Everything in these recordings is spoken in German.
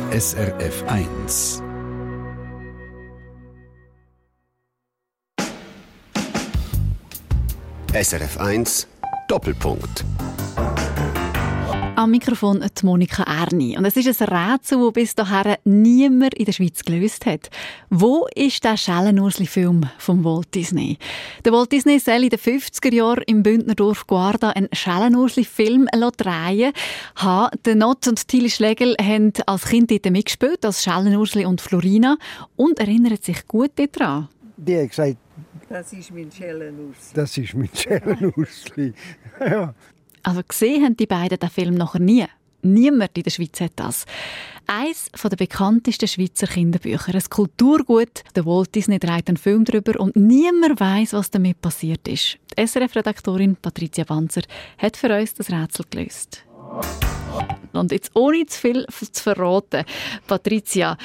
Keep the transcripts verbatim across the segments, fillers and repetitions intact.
S R F eins. S R F eins Doppelpunkt. Am Mikrofon die Monika Erni. Und es ist ein Rätsel, das bis dahin niemand in der Schweiz gelöst hat. Wo ist der Schellenursli-Film von Walt Disney? Der Walt Disney soll in den fünfziger Jahren im Bündnerdorf Guarda einen Schellenursli-Film drehen. Ha, der Not und Tilly Schlegel haben als Kind dort mitgespielt, als Schellenursli und Florina, und erinnern sich gut daran. Die hat gesagt, das ist mein Schellenursli. Das ist mein Schellenursli. Ja. Also gesehen haben die beiden den Film nachher nie. Niemand in der Schweiz hat das. Eines der bekanntesten Schweizer Kinderbücher, ein Kulturgut. Der Walt Disney dreht einen Film darüber und niemand weiss, was damit passiert ist. Die S R F-Redaktorin Patricia Banzer hat für uns das Rätsel gelöst. Und jetzt ohne zu viel zu verraten, Patricia,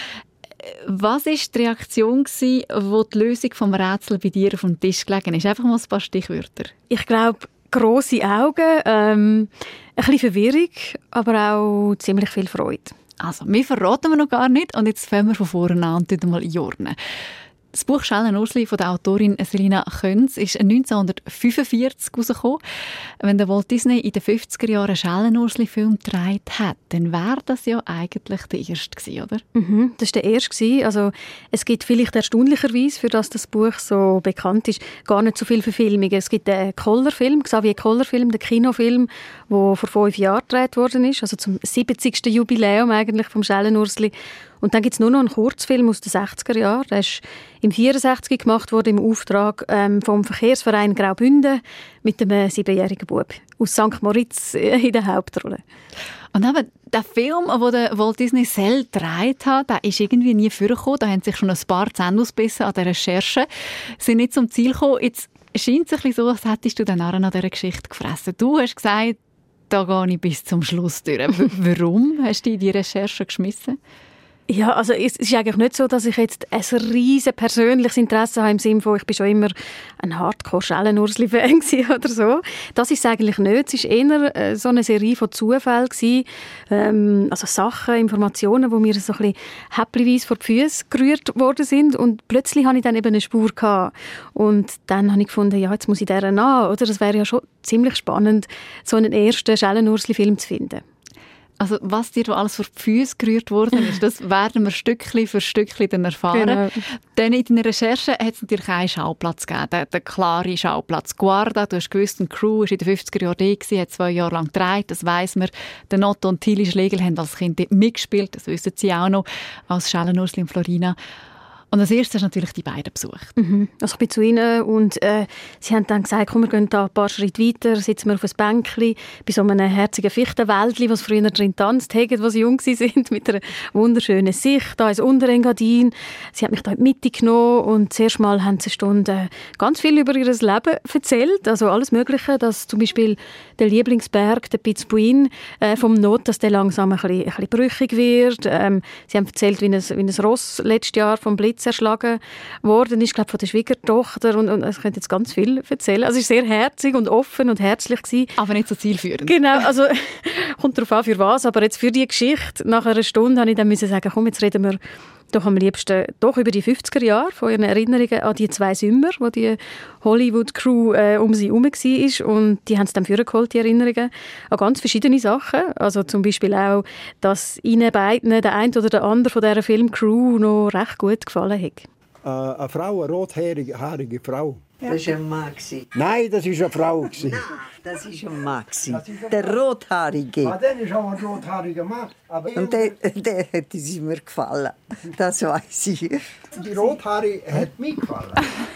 was war die Reaktion, wo die Lösung des Rätsels bei dir auf dem Tisch gelegen ist? Einfach mal ein paar Stichwörter. Ich glaube, grosse Augen, ähm, ein bisschen Verwirrung, aber auch ziemlich viel Freude. Also, wir verraten wir noch gar nicht und jetzt fangen wir von vorne an und mal einordnen. Das Buch «Schellenursli» von der Autorin Selina Köns ist neunzehnhundertfünfundvierzig herausgekommen. Wenn der Walt Disney in den fünfziger Jahren einen Schellenursli-Film gedreht hat, dann wäre das ja eigentlich der erste gewesen, oder? Mhm, das war der erste. Also, es gibt vielleicht erstaunlicherweise, für das das Buch so bekannt ist, gar nicht so viele Verfilmungen. Es gibt den Koller-Film, Xavier Koller-Film, den Kinofilm, der vor fünf Jahren gedreht worden ist, also zum siebzigsten Jubiläum eigentlich vom Schellenursli. Und dann gibt es nur noch einen Kurzfilm aus den sechziger Jahren. Der ist im vierundsechzig gemacht worden, im Auftrag ähm, vom Verkehrsverein Graubünden mit einem siebenjährigen Bub aus Sankt Moritz in der Hauptrolle. Und eben, der Film, den Walt Disney selbst gedreht hat, der ist irgendwie nie vorgekommen. Da haben sich schon ein paar Zähne ausgebissen an der Recherche, sind nicht zum Ziel gekommen. Jetzt scheint es ein bisschen so, als hättest du den Narren an dieser Geschichte gefressen. Du hast gesagt, da gehe ich bis zum Schluss durch. Warum hast du in die Recherche geschmissen? Ja, also es ist eigentlich nicht so, dass ich jetzt ein riesen persönliches Interesse habe im Sinne von, ich bin schon immer ein Hardcore-Schellenursli-Fan oder so. Das ist es eigentlich nicht. Es war eher so eine Serie von Zufällen gewesen. Ähm, also Sachen, Informationen, die mir so ein bisschen häppchenweise vor die Füße gerührt worden sind. Und plötzlich hatte ich dann eben eine Spur gehabt. Und dann habe ich gefunden, ja, jetzt muss ich dieser nach, oder? Das wäre ja schon ziemlich spannend, so einen ersten Schellenursli-Film zu finden. Also was dir alles vor die Füße gerührt worden ist, das werden wir Stückchen für Stückchen dann erfahren. Genau. Dann in deiner Recherche hat es natürlich einen Schauplatz gegeben, der, der klare Schauplatz Guarda. Du hast gewusst, eine Crew war in den fünfziger Jahren da, hat zwei Jahre lang gedreht, das weiss man. Der Notto und Tilly Schlegel haben als Kind dort mitgespielt, das wissen sie auch noch, als Schellenursli und Florina. Und als erstes hast du natürlich die beiden besucht. Mhm. Also ich bin zu ihnen und äh, sie haben dann gesagt, komm, wir gehen da ein paar Schritte weiter, sitzen wir auf ein Bänkchen bei so einem herzigen Fichtenwäldchen, was früher drin tanzt haben, als sie jung waren, mit einer wunderschönen Sicht, da ins Unterengadin. Sie haben mich da in die Mitte genommen und zuerst mal haben sie eine Stunde ganz viel über ihr Leben erzählt, also alles Mögliche, dass zum Beispiel der Lieblingsberg, der Pitzbuin äh, vom Not, dass der langsam ein bisschen, ein bisschen brüchig wird. Ähm, sie haben erzählt, wie ein, wie ein Ross letztes Jahr vom Blitz erschlagen worden ist, glaube von der Schwiegertochter, und, und ich könnte jetzt ganz viel erzählen. Also es war sehr herzig und offen und herzlich gewesen. Aber nicht so zielführend. Genau, also kommt darauf an, für was, aber jetzt für die Geschichte, nach einer Stunde habe ich dann müssen sagen, komm, jetzt reden wir doch am liebsten doch über die fünfziger Jahre, von ihren Erinnerungen an die zwei Sommer, wo die Hollywood-Crew äh, um sie herum war. Und die haben es dann vorgeholt, die Erinnerungen, an ganz verschiedene Sachen. Also zum Beispiel auch, dass ihnen beiden der eine oder der andere von dieser Filmcrew noch recht gut gefallen hat. Äh, eine Frau, eine rothaarige haarige Frau. Das war ein Mann. Nein, das war eine Frau. Nein, das war ein Mann. Der Rothaarige. Ah, dann ist auch ein rothaariger Mann. Aber und der, der hätte sie mir gefallen. Das weiss ich. Die Rothaarige hat mir gefallen.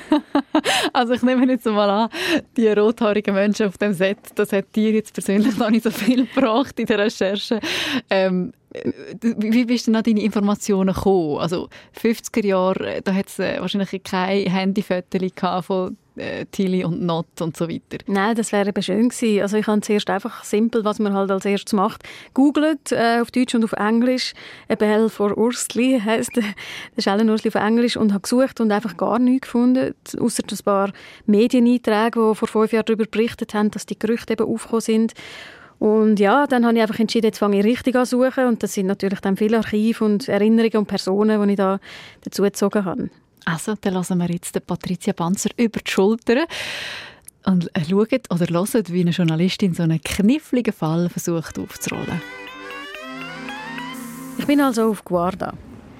Also ich nehme jetzt mal an, die rothaarigen Menschen auf dem Set, das hat dir jetzt persönlich noch nicht so viel gebracht in der Recherche. Ähm, wie bist du an deine Informationen gekommen? Also fünfziger Jahre, da hat es wahrscheinlich keine Handyfotos von äh, Tilly und Not und so weiter. Nein, das wäre eben schön gewesen. Also ich habe zuerst einfach simpel, was man halt als erstes macht, googelt, äh, auf Deutsch und auf Englisch. «A Bell for Ursli» heisst der Schellenursli auf Englisch, und habe gesucht und einfach gar nichts gefunden, ausser ein paar Medieneinträge, die vor fünf Jahren darüber berichtet haben, dass die Gerüchte eben aufgekommen sind. Und ja, dann habe ich einfach entschieden, jetzt fange ich richtig an zu suchen. Und das sind natürlich dann viele Archive und Erinnerungen und Personen, die ich da dazu gezogen habe. Also, dann lassen wir jetzt Patricia Banzer über die Schulter und schauen oder hören, wie eine Journalistin so einen kniffligen Fall versucht aufzurollen. Ich bin also auf Guarda.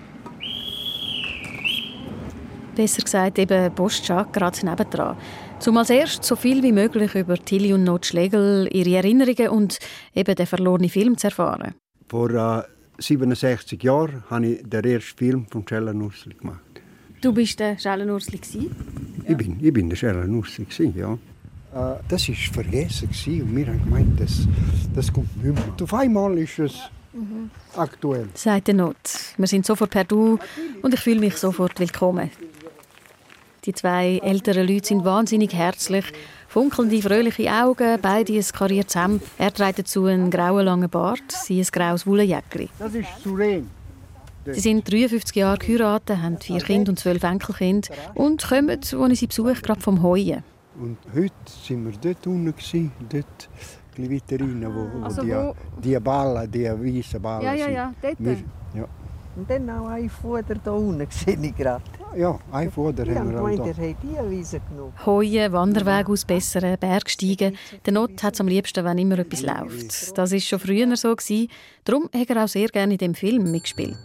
Besser gesagt eben Postschak, gerade nebendran. Um als erstes so viel wie möglich über Tilly und Not Schlegel, ihre Erinnerungen und eben den verlorenen Film zu erfahren. Vor äh, siebenundsechzig Jahren habe ich den ersten Film von Schellenursli gemacht. Du bist der Schellenursli gewesen? Ja. Ich bin, ich bin der Schellenursli, ja. Äh, das war vergessen und wir haben gemeint, das, das kommt nicht mehr. Auf einmal ist es mhm. aktuell. Sagt der Not. Wir sind sofort per Du und ich fühle mich sofort willkommen. Die zwei älteren Leute sind wahnsinnig herzlich, funkelnde, fröhliche Augen, beide ein kariertes Hemd. Er trägt dazu einen grauen, langen Bart, sie ein graues Wollenjäckchen. Das ist Suren. Sie sind dreiundfünfzig Jahre geheiratet, haben vier Kinder und zwölf Enkelkinder und kommen, als ich sie besuche, gerade vom Heuen. Und heute waren wir dort unten, dort ein weiter rein, wo, also die, wo? die Ballen, die weißen Ballen ja, ja, sind. ja, dort. Wir, ja. Und dann auch ein Fuder hier unten, sehe ich gerade. Ja, ein Fuder ja, haben wir auch da. da. Der hat die Wiese genommen. Heuen, Wanderweg ausbessern, Bergsteigen. Der Not hat es am liebsten, wenn immer etwas läuft. Das war schon früher so. Darum hat er auch sehr gerne in diesem Film mitgespielt.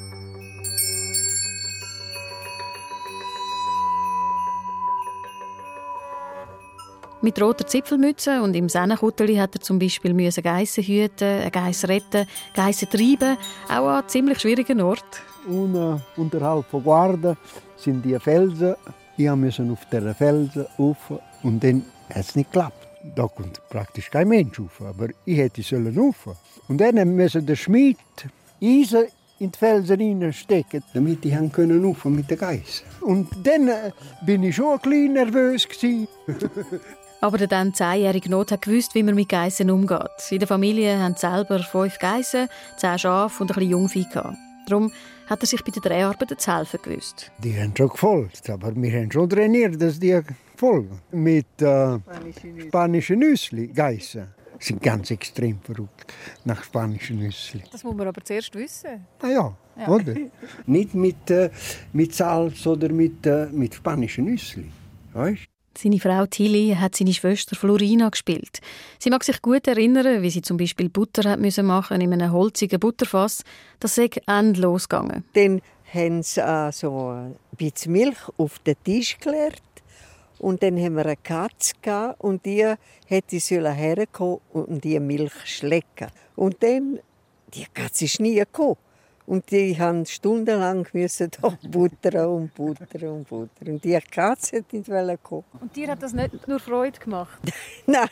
Mit roter Zipfelmütze und im Sennenkutteli hat er zum Beispiel Geissen hüten, eine Geiss retten, Geissen treiben, auch an ziemlich schwierigen Ort. Und, uh, unterhalb von Guarda sind die Felsen. Ich musste auf diesen Felsen rauf und dann hat es nicht geklappt. Da kommt praktisch kein Mensch rauf, aber ich hätte sollen rauf. Und dann musste der Schmied Eisen in die Felsen reinstecken, damit ich rauf können mit den Geissen. Und dann äh, bin ich schon ein bisschen nervös gewesen. Aber der dann zehnjährige Not hat gewusst, wie man mit Geissen umgeht. In der Familie haben selber fünf Geissen, zehn Schafe und ein bisschen Jungvieh gehabt. Darum hat er sich bei den Dreharbeiten zu helfen gewusst. Die haben schon gefolgt, aber wir haben schon trainiert, dass die folgen. Mit äh, spanischen Nüssli, Geissen. Sie sind ganz extrem verrückt nach spanischen Nüssli. Das muss man aber zuerst wissen. Ah ja, ja. Oder? Nicht mit, äh, mit Salz oder mit, äh, mit spanischen Nüssli. Weißt? Seine Frau Tilly hat seine Schwester Florina gespielt. Sie mag sich gut erinnern, wie sie zum Beispiel Butter hat müssen machen in einem holzigen Butterfass. Das sei endlos gegangen. Dann haben sie äh, so ein bisschen Milch auf den Tisch geleert. Und dann haben wir eine Katze gehabt, und die hätte herkommen und die Milch schlecken. Und dann, die Katze ist nie gekommen. Und die mussten stundenlang buttern und buttern und buttern. Und die Katze hat nicht kommen. Und dir hat das nicht nur Freude gemacht? Nein,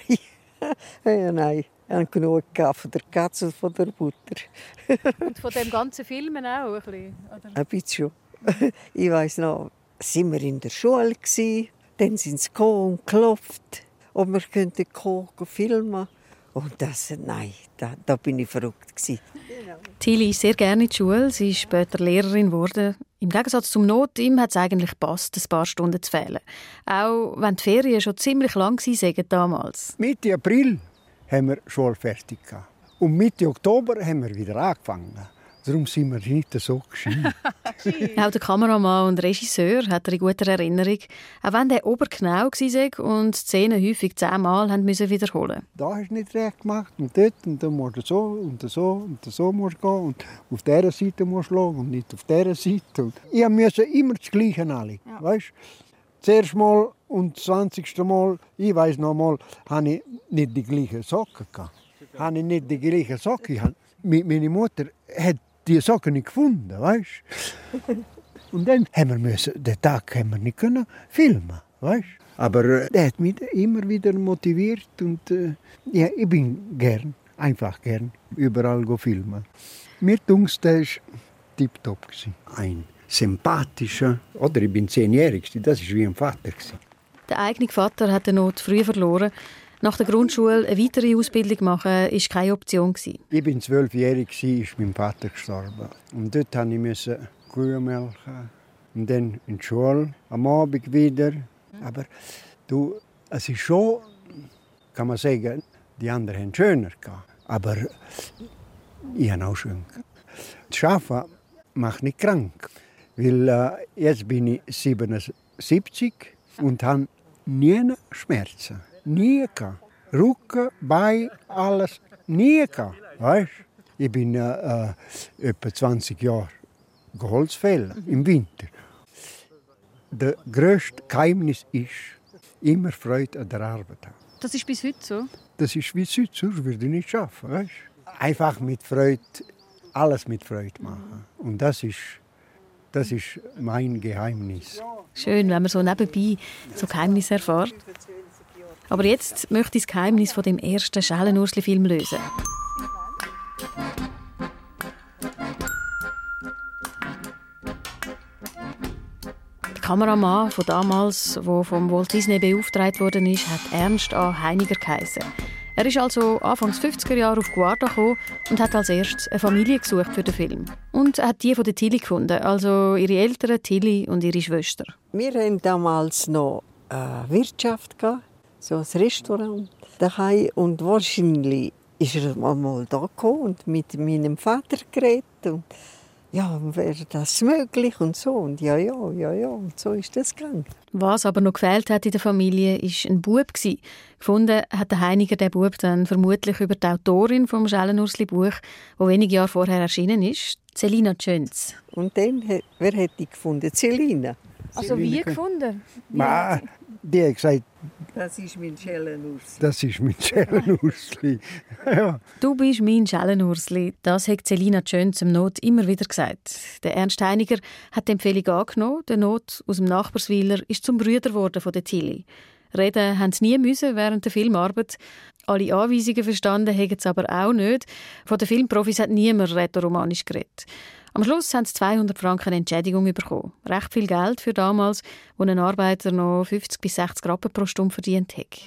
ja, nein. Ich habe genug von der Katze und von der Butter. Und von dem ganzen Filmen auch ein bisschen? Oder? Ein bisschen. Ich weiss noch, sind wir in der Schule gewesen, dann sind sie gekommen und geklopft, ob wir könnten kommen, filmen. Und das, nein, da, da bin ich verrückt gewesen. Tilly ist sehr gerne in die Schule. Sie ist später Lehrerin geworden. Im Gegensatz zum Not, ihm hat es eigentlich gepasst, ein paar Stunden zu fehlen. Auch wenn die Ferien schon ziemlich lang waren damals. Mitte April haben wir Schule fertig gehabt. Und Mitte Oktober haben wir wieder angefangen. Darum sind wir nicht so gescheit. Auch der Kameramann und Regisseur hat er in guter Erinnerung. Auch wenn der obergenau war und die Szenen häufig zehnmal musste wiederholen. Da hast du nicht recht gemacht und dort und dann musst du so und so und so musst gehen und auf dieser Seite musst du schauen und nicht auf dieser Seite. Und ich musste immer das Gleiche anlegen. Ja. Weißt? Das erste Mal und das zwanzigste Mal, ich weiss noch mal, hatte ich nicht die gleichen Socken. Habe ich nicht die gleichen Socken. Meine Mutter hat die Socken nicht gefunden, weißt? Und dann haben wir müssen, den Tag haben wir nicht können filmen, weißt? Aber äh, der hat mich immer wieder motiviert und äh, ja, ich bin gern, einfach gern, überall go filmen. Mir dunkt, der war tipptopp. Ein sympathischer, oder ich bin zehnjährig, das war wie ein Vater. Der eigene Vater hat den Not früh verloren. Nach der Grundschule eine weitere Ausbildung machen war keine Option. Ich bin zwölfjährig, ist mein Vater gestorben. Und dort musste ich Kühe melken. Und dann in die Schule, am Abend wieder. Aber du, es ist schon, kann man sagen, Die anderen haben schöner gehabt. Aber ich habe auch schön gehabt. Das Arbeiten macht nicht krank. Weil äh, jetzt bin ich siebenundsiebzig und habe nie Schmerzen. Nie gehabt. Rücken, Bein, alles. Nie gehabt. Weißt? Ich bin äh, äh, etwa zwanzig Jahre Holzfäller im Winter. Das grösste Geheimnis ist, immer Freude an der Arbeit haben. Das ist bis heute so? Das ist wie heute, sonst würde ich nicht arbeiten. Weißt? Einfach mit Freude, alles mit Freude machen. Und das ist, das ist mein Geheimnis. Schön, wenn man so nebenbei so Geheimnisse erfährt. Aber jetzt möchte ich das Geheimnis von dem ersten Schellenursli-Film lösen. Der Kameramann von damals, der vom Walt Disney beauftragt worden ist, hat Ernst A. Heiniger geheissen. Er ist also Anfang fünfziger Jahre auf Guarda gekommen und hat als erstes eine Familie gesucht für den Film. Und er hat die von der Tilly gefunden, also ihre Eltern, Tilly und ihre Schwester. Wir hatten damals noch eine Wirtschaft, so ein Restaurant daheim. Und wahrscheinlich ist er mal da gekommen und mit meinem Vater geredet. Und ja, wäre das möglich und so. Und ja, ja, ja, ja, und so ist das gegangen. Was aber noch gefehlt hat in der Familie, war ein Bub. Gefunden hat der Heiniger den Bub dann vermutlich über die Autorin vom Schellenursli-Buch, das wenige Jahre vorher erschienen ist, Celina Tschöntz. Und dann, wer hätte ich gefunden? Celina. Also wie gefunden? Wie Ma, die hat gesagt, das ist mein Schellenursli. das ist mein Schellenursli. Ja. Du bist mein Schellenursli. Das hat Celina Tschöntz im Not immer wieder gesagt. Der Ernst Heiniger hat die Empfehlung angenommen. Der Not aus dem Nachbarsweiler ist zum Brüder geworden von der Tilly. Reden haben sie nie müssen während der Filmarbeit. Alle Anweisungen verstanden haben sie aber auch nicht. Von den Filmprofis hat niemand rätoromanisch geredet. Am Schluss haben sie zweihundert Franken Entschädigung bekommen. Recht viel Geld für damals, wo ein Arbeiter noch fünfzig bis sechzig Rappen pro Stunde verdient hat.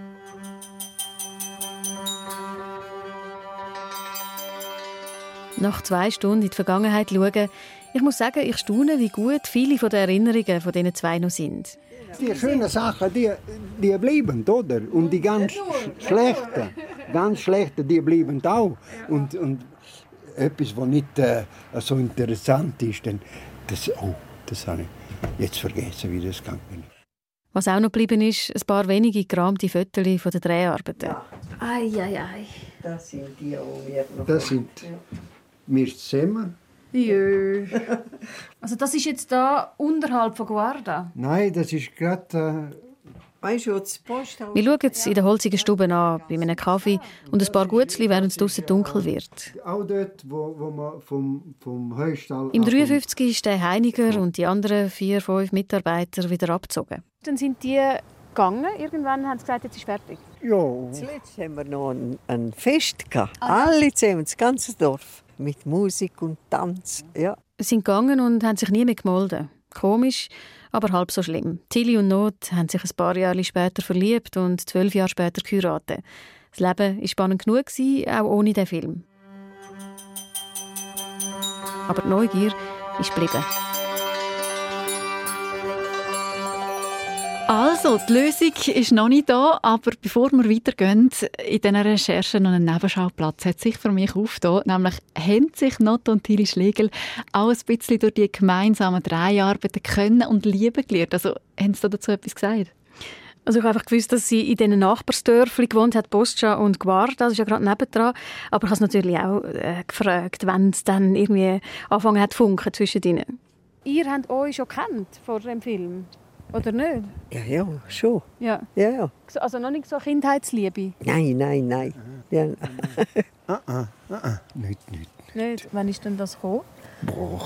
Nach zwei Stunden in die Vergangenheit schauen, ich muss sagen, ich staune, wie gut viele von den Erinnerungen von diesen zwei noch sind. Die schönen Sachen, die, die bleiben, oder? Und die ganz schlechten, ganz schlechten, die bleiben auch. Und, und etwas, was nicht äh, so interessant ist, dann, das, oh, das habe ich jetzt vergessen, wie das gegangen ist. Was auch noch geblieben ist, ein paar wenige gerahmte Fotos von den Dreharbeiten. Ja. Ei, ei, ei. Das sind die, die wir noch Das sind wir zusammen. Jö. Also das ist jetzt da unterhalb von Guarda? Nein, das ist gerade... Äh, weißt du, das Posthaus... Wir schauen es in der holzigen Stube an, bei einem Kaffee und ein paar Gutzli, während es draussen dunkel wird. Auch dort, wo, wo man vom, vom Heustall... Im dreiundfünfzig ist der Heiniger und die anderen vier, fünf Mitarbeiter wieder abgezogen. Dann sind die gegangen. Irgendwann haben sie gesagt, jetzt ist fertig. Ja. Zuletzt haben wir noch ein, ein Fest gehabt. Alle zusammen, das ganze Dorf. Mit Musik und Tanz. Ja. Sie sind gegangen und haben sich nie mehr gemolden. Komisch, aber halb so schlimm. Tilly und Not haben sich ein paar Jahre später verliebt und zwölf Jahre später geheiratet. Das Leben war spannend genug, auch ohne den Film. Aber die Neugier ist geblieben. Also, die Lösung ist noch nicht da, aber bevor wir weitergehen, in diesen Recherchen noch einen Nebenschauplatz hat sich für mich aufgetan, nämlich haben sich Not und Tilly Schlegel auch ein bisschen durch die gemeinsamen Dreharbeiten können und lieben gelernt. Also, haben Sie dazu etwas gesagt? Also ich habe einfach gewusst, dass sie in diesen Nachbarsdörfern gewohnt hat, Postscha und Guarda, das ist ja gerade nebendran. Aber ich habe es natürlich auch äh, gefragt, wenn es dann irgendwie angefangen hat zu funken zwischen ihnen. Ihr habt euch schon kennt vor dem Film, oder nicht? Ja, ja, schon. Ja. Ja, ja. Also noch nicht so Kindheitsliebe? Nein, nein, nein. Ja. Ah, ah, ah, nicht, nicht. Nicht? Wann ist denn das gekommen? Boah.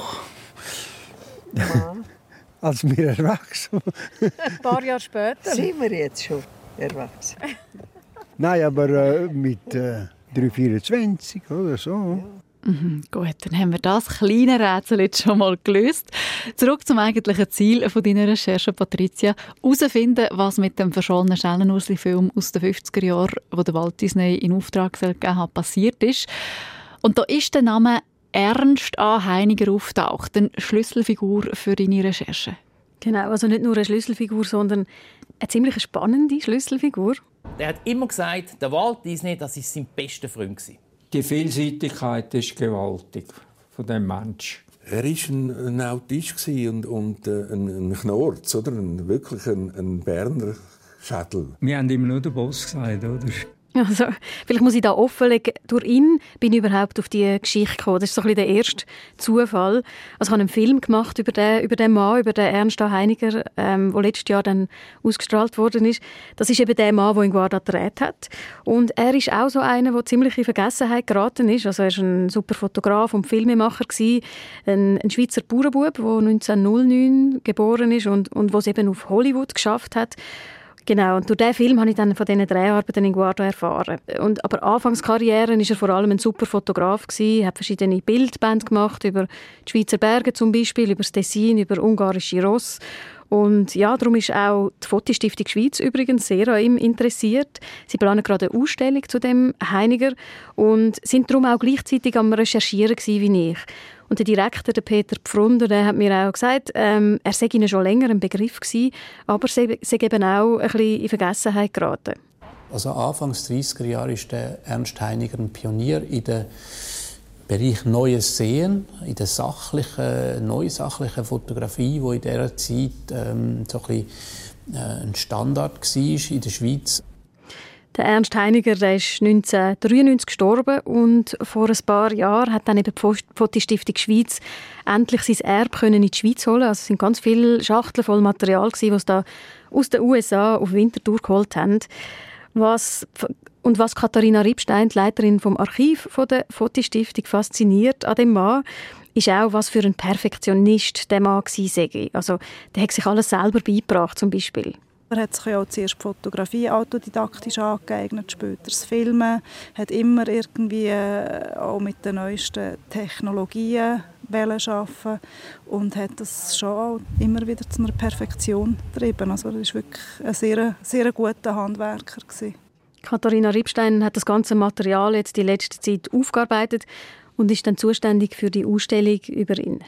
Als wir erwachsen Ein paar Jahre später. Sind wir jetzt schon erwachsen? Nein, aber äh, mit äh, drei vierundzwanzig oder so. Mhm, gut, dann haben wir das kleine Rätsel jetzt schon mal gelöst. Zurück zum eigentlichen Ziel von deiner Recherche, Patricia. Herausfinden, was mit dem verschollenen Schellenursli-Film aus den fünfziger Jahren, den der Walt Disney in Auftrag gegeben hat, passiert ist. Und da ist der Name Ernst A. Heiniger auftaucht, eine Schlüsselfigur für deine Recherche. Genau, also nicht nur eine Schlüsselfigur, sondern eine ziemlich spannende Schlüsselfigur. Er hat immer gesagt, der Walt Disney, das war sein bester Freund. Die Vielseitigkeit ist gewaltig von dem Mensch. Er war ein, ein Autist und, und äh, ein, ein Knorz, oder? Ein, wirklich ein, ein Berner Schädel. Wir haben immer nur den Boss gesagt, oder? Also, vielleicht muss ich da offenlegen, durch ihn bin ich überhaupt auf die Geschichte gekommen. Das ist so ein bisschen der erste Zufall. Also ich habe einen Film gemacht über den, über den Mann, über den Ernst A. Heiniger, ähm, der letztes Jahr dann ausgestrahlt worden ist. Das ist eben der Mann, der in Guarda gedreht hat. Und er ist auch so einer, der ziemlich in Vergessenheit geraten ist. Also er war ein super Fotograf und Filmemacher, ein, ein Schweizer Bauernbub, der neunzehnhundertneun geboren ist und, und es eben auf Hollywood geschafft hat. Genau, und durch diesen Film habe ich dann von diesen Dreharbeiten in Guarda erfahren. Und, aber Anfangskarriere war er vor allem ein super Fotograf gewesen, hat verschiedene Bildbände gemacht, über die Schweizer Berge zum Beispiel, über das Tessin, über ungarische Ross. Und ja, darum ist auch die Fotostiftung Schweiz übrigens sehr an ihm interessiert. Sie planen gerade eine Ausstellung zu dem Heiniger und sind darum auch gleichzeitig am Recherchieren gewesen wie ich. Und der Direktor, der Peter Pfrunder, der hat mir auch gesagt, ähm, er sei ihnen schon länger ein Begriff gewesen, aber sei, sei eben auch ein bisschen in Vergessenheit geraten. Also Anfangs dreißiger Jahre ist der Ernst Heiniger ein Pionier in der Bereich Neues Sehen, in der sachlichen, neusachlichen Fotografie, die in dieser Zeit ähm, so ein, bisschen, äh, ein Standard war in der Schweiz. Der Ernst Heiniger der ist neunzehnhundertdreiundneunzig gestorben und vor ein paar Jahren hat dann eben die Fotostiftung Schweiz endlich sein Erbe in die Schweiz holen. Also es sind ganz viele Schachteln voll Material gewesen, was da aus den U S A auf Winterthur geholt haben. Was Und was Katharina Riebstein, die Leiterin vom Archiv von der Fotostiftung, fasziniert an dem Mann, ist auch, was für ein Perfektionist der Mann war. Also, der hat sich alles selber beigebracht, zum Beispiel. Er hat sich ja auch zuerst die Fotografie autodidaktisch angeeignet, später das Filmen, hat immer irgendwie auch mit den neuesten Technologien arbeiten und hat das schon auch immer wieder zu einer Perfektion getrieben. Also er war wirklich ein sehr, sehr guter Handwerker gewesen. Katharina Riebstein hat das ganze Material jetzt die letzte Zeit aufgearbeitet und ist dann zuständig für die Ausstellung über ihn.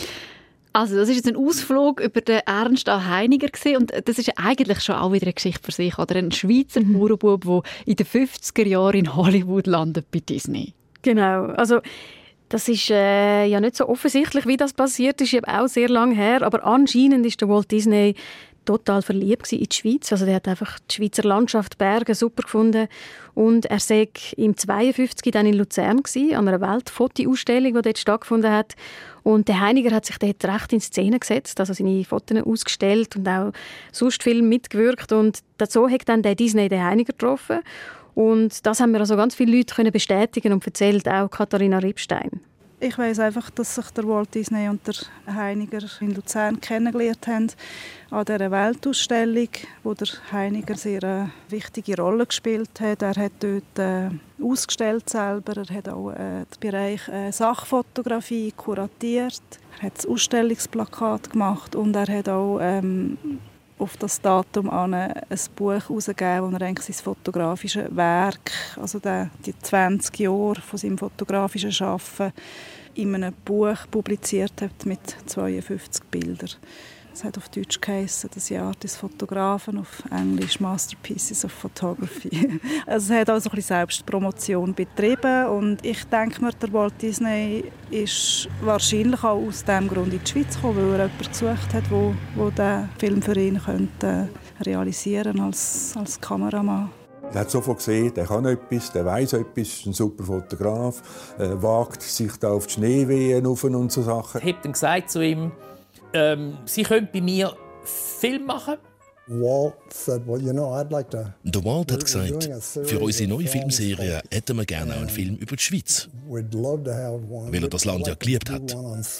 Also das ist jetzt ein Ausflug über den Ernst A. Heiniger gewesen. Und das ist eigentlich schon auch wieder eine Geschichte für sich. Oder ein Schweizer Bauernbub, der in den fünfziger Jahren in Hollywood landet bei Disney. Genau, also das ist äh, ja nicht so offensichtlich, wie das passiert ist, eben auch sehr lange her. Aber anscheinend ist der Walt Disney total verliebt in die Schweiz. Also der hat einfach die Schweizer Landschaft, Berge super gefunden. Und er war im zweiundfünfzig dann in Luzern gewesen, an einer Weltfotoausstellung, die dort stattgefunden hat. Und der Heiniger hat sich dort recht in Szene gesetzt, also seine Fotos ausgestellt und auch sonst viel mitgewirkt. Und so hat dann der Disney den Heiniger getroffen. Und das haben mir also ganz viele Leute können bestätigen und erzählt auch Katharina Riebstein. Ich weiss einfach, dass sich der Walt Disney und der Heiniger in Luzern kennengelernt haben an dieser Weltausstellung, wo der Heiniger sehr eine wichtige Rolle gespielt hat. Er hat dort äh, ausgestellt selber, er hat auch äh, den Bereich äh, Sachfotografie kuratiert, er hat das Ausstellungsplakat gemacht und er hat auch ähm, auf das Datum an ein Buch herausgegeben, wo er eigentlich sein fotografisches Werk, also die zwanzig Jahre von seinem fotografischen Schaffen, in einem Buch publiziert hat mit zweiundfünfzig Bildern. Es hat auf Deutsch geheissen, das Jahr des Fotografen, auf Englisch Masterpieces of Photography. Also es hat also ein bisschen Selbstpromotion betrieben und ich denke mir, der Walt Disney ist wahrscheinlich auch aus diesem Grund in die Schweiz gekommen, weil er jemanden gesucht hat, der, der diesen Film für ihn könnte realisieren als, als Kameramann. Er hat sofort gesehen, der kann etwas, der weiss etwas, ist ein super Fotograf, äh, wagt sich da auf die Schneewehen rauf und so Sachen. Ich habe dann gesagt zu ihm, ähm, Sie können bei mir Film machen. Walt said, well, you know, I'd like to... Der Walt hat gesagt, für unsere neue Filmserie hätten wir gerne auch einen Film über die Schweiz, weil er das Land ja geliebt hat.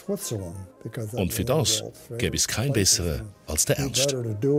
Und für das gäbe es keinen besseren als der Ernst.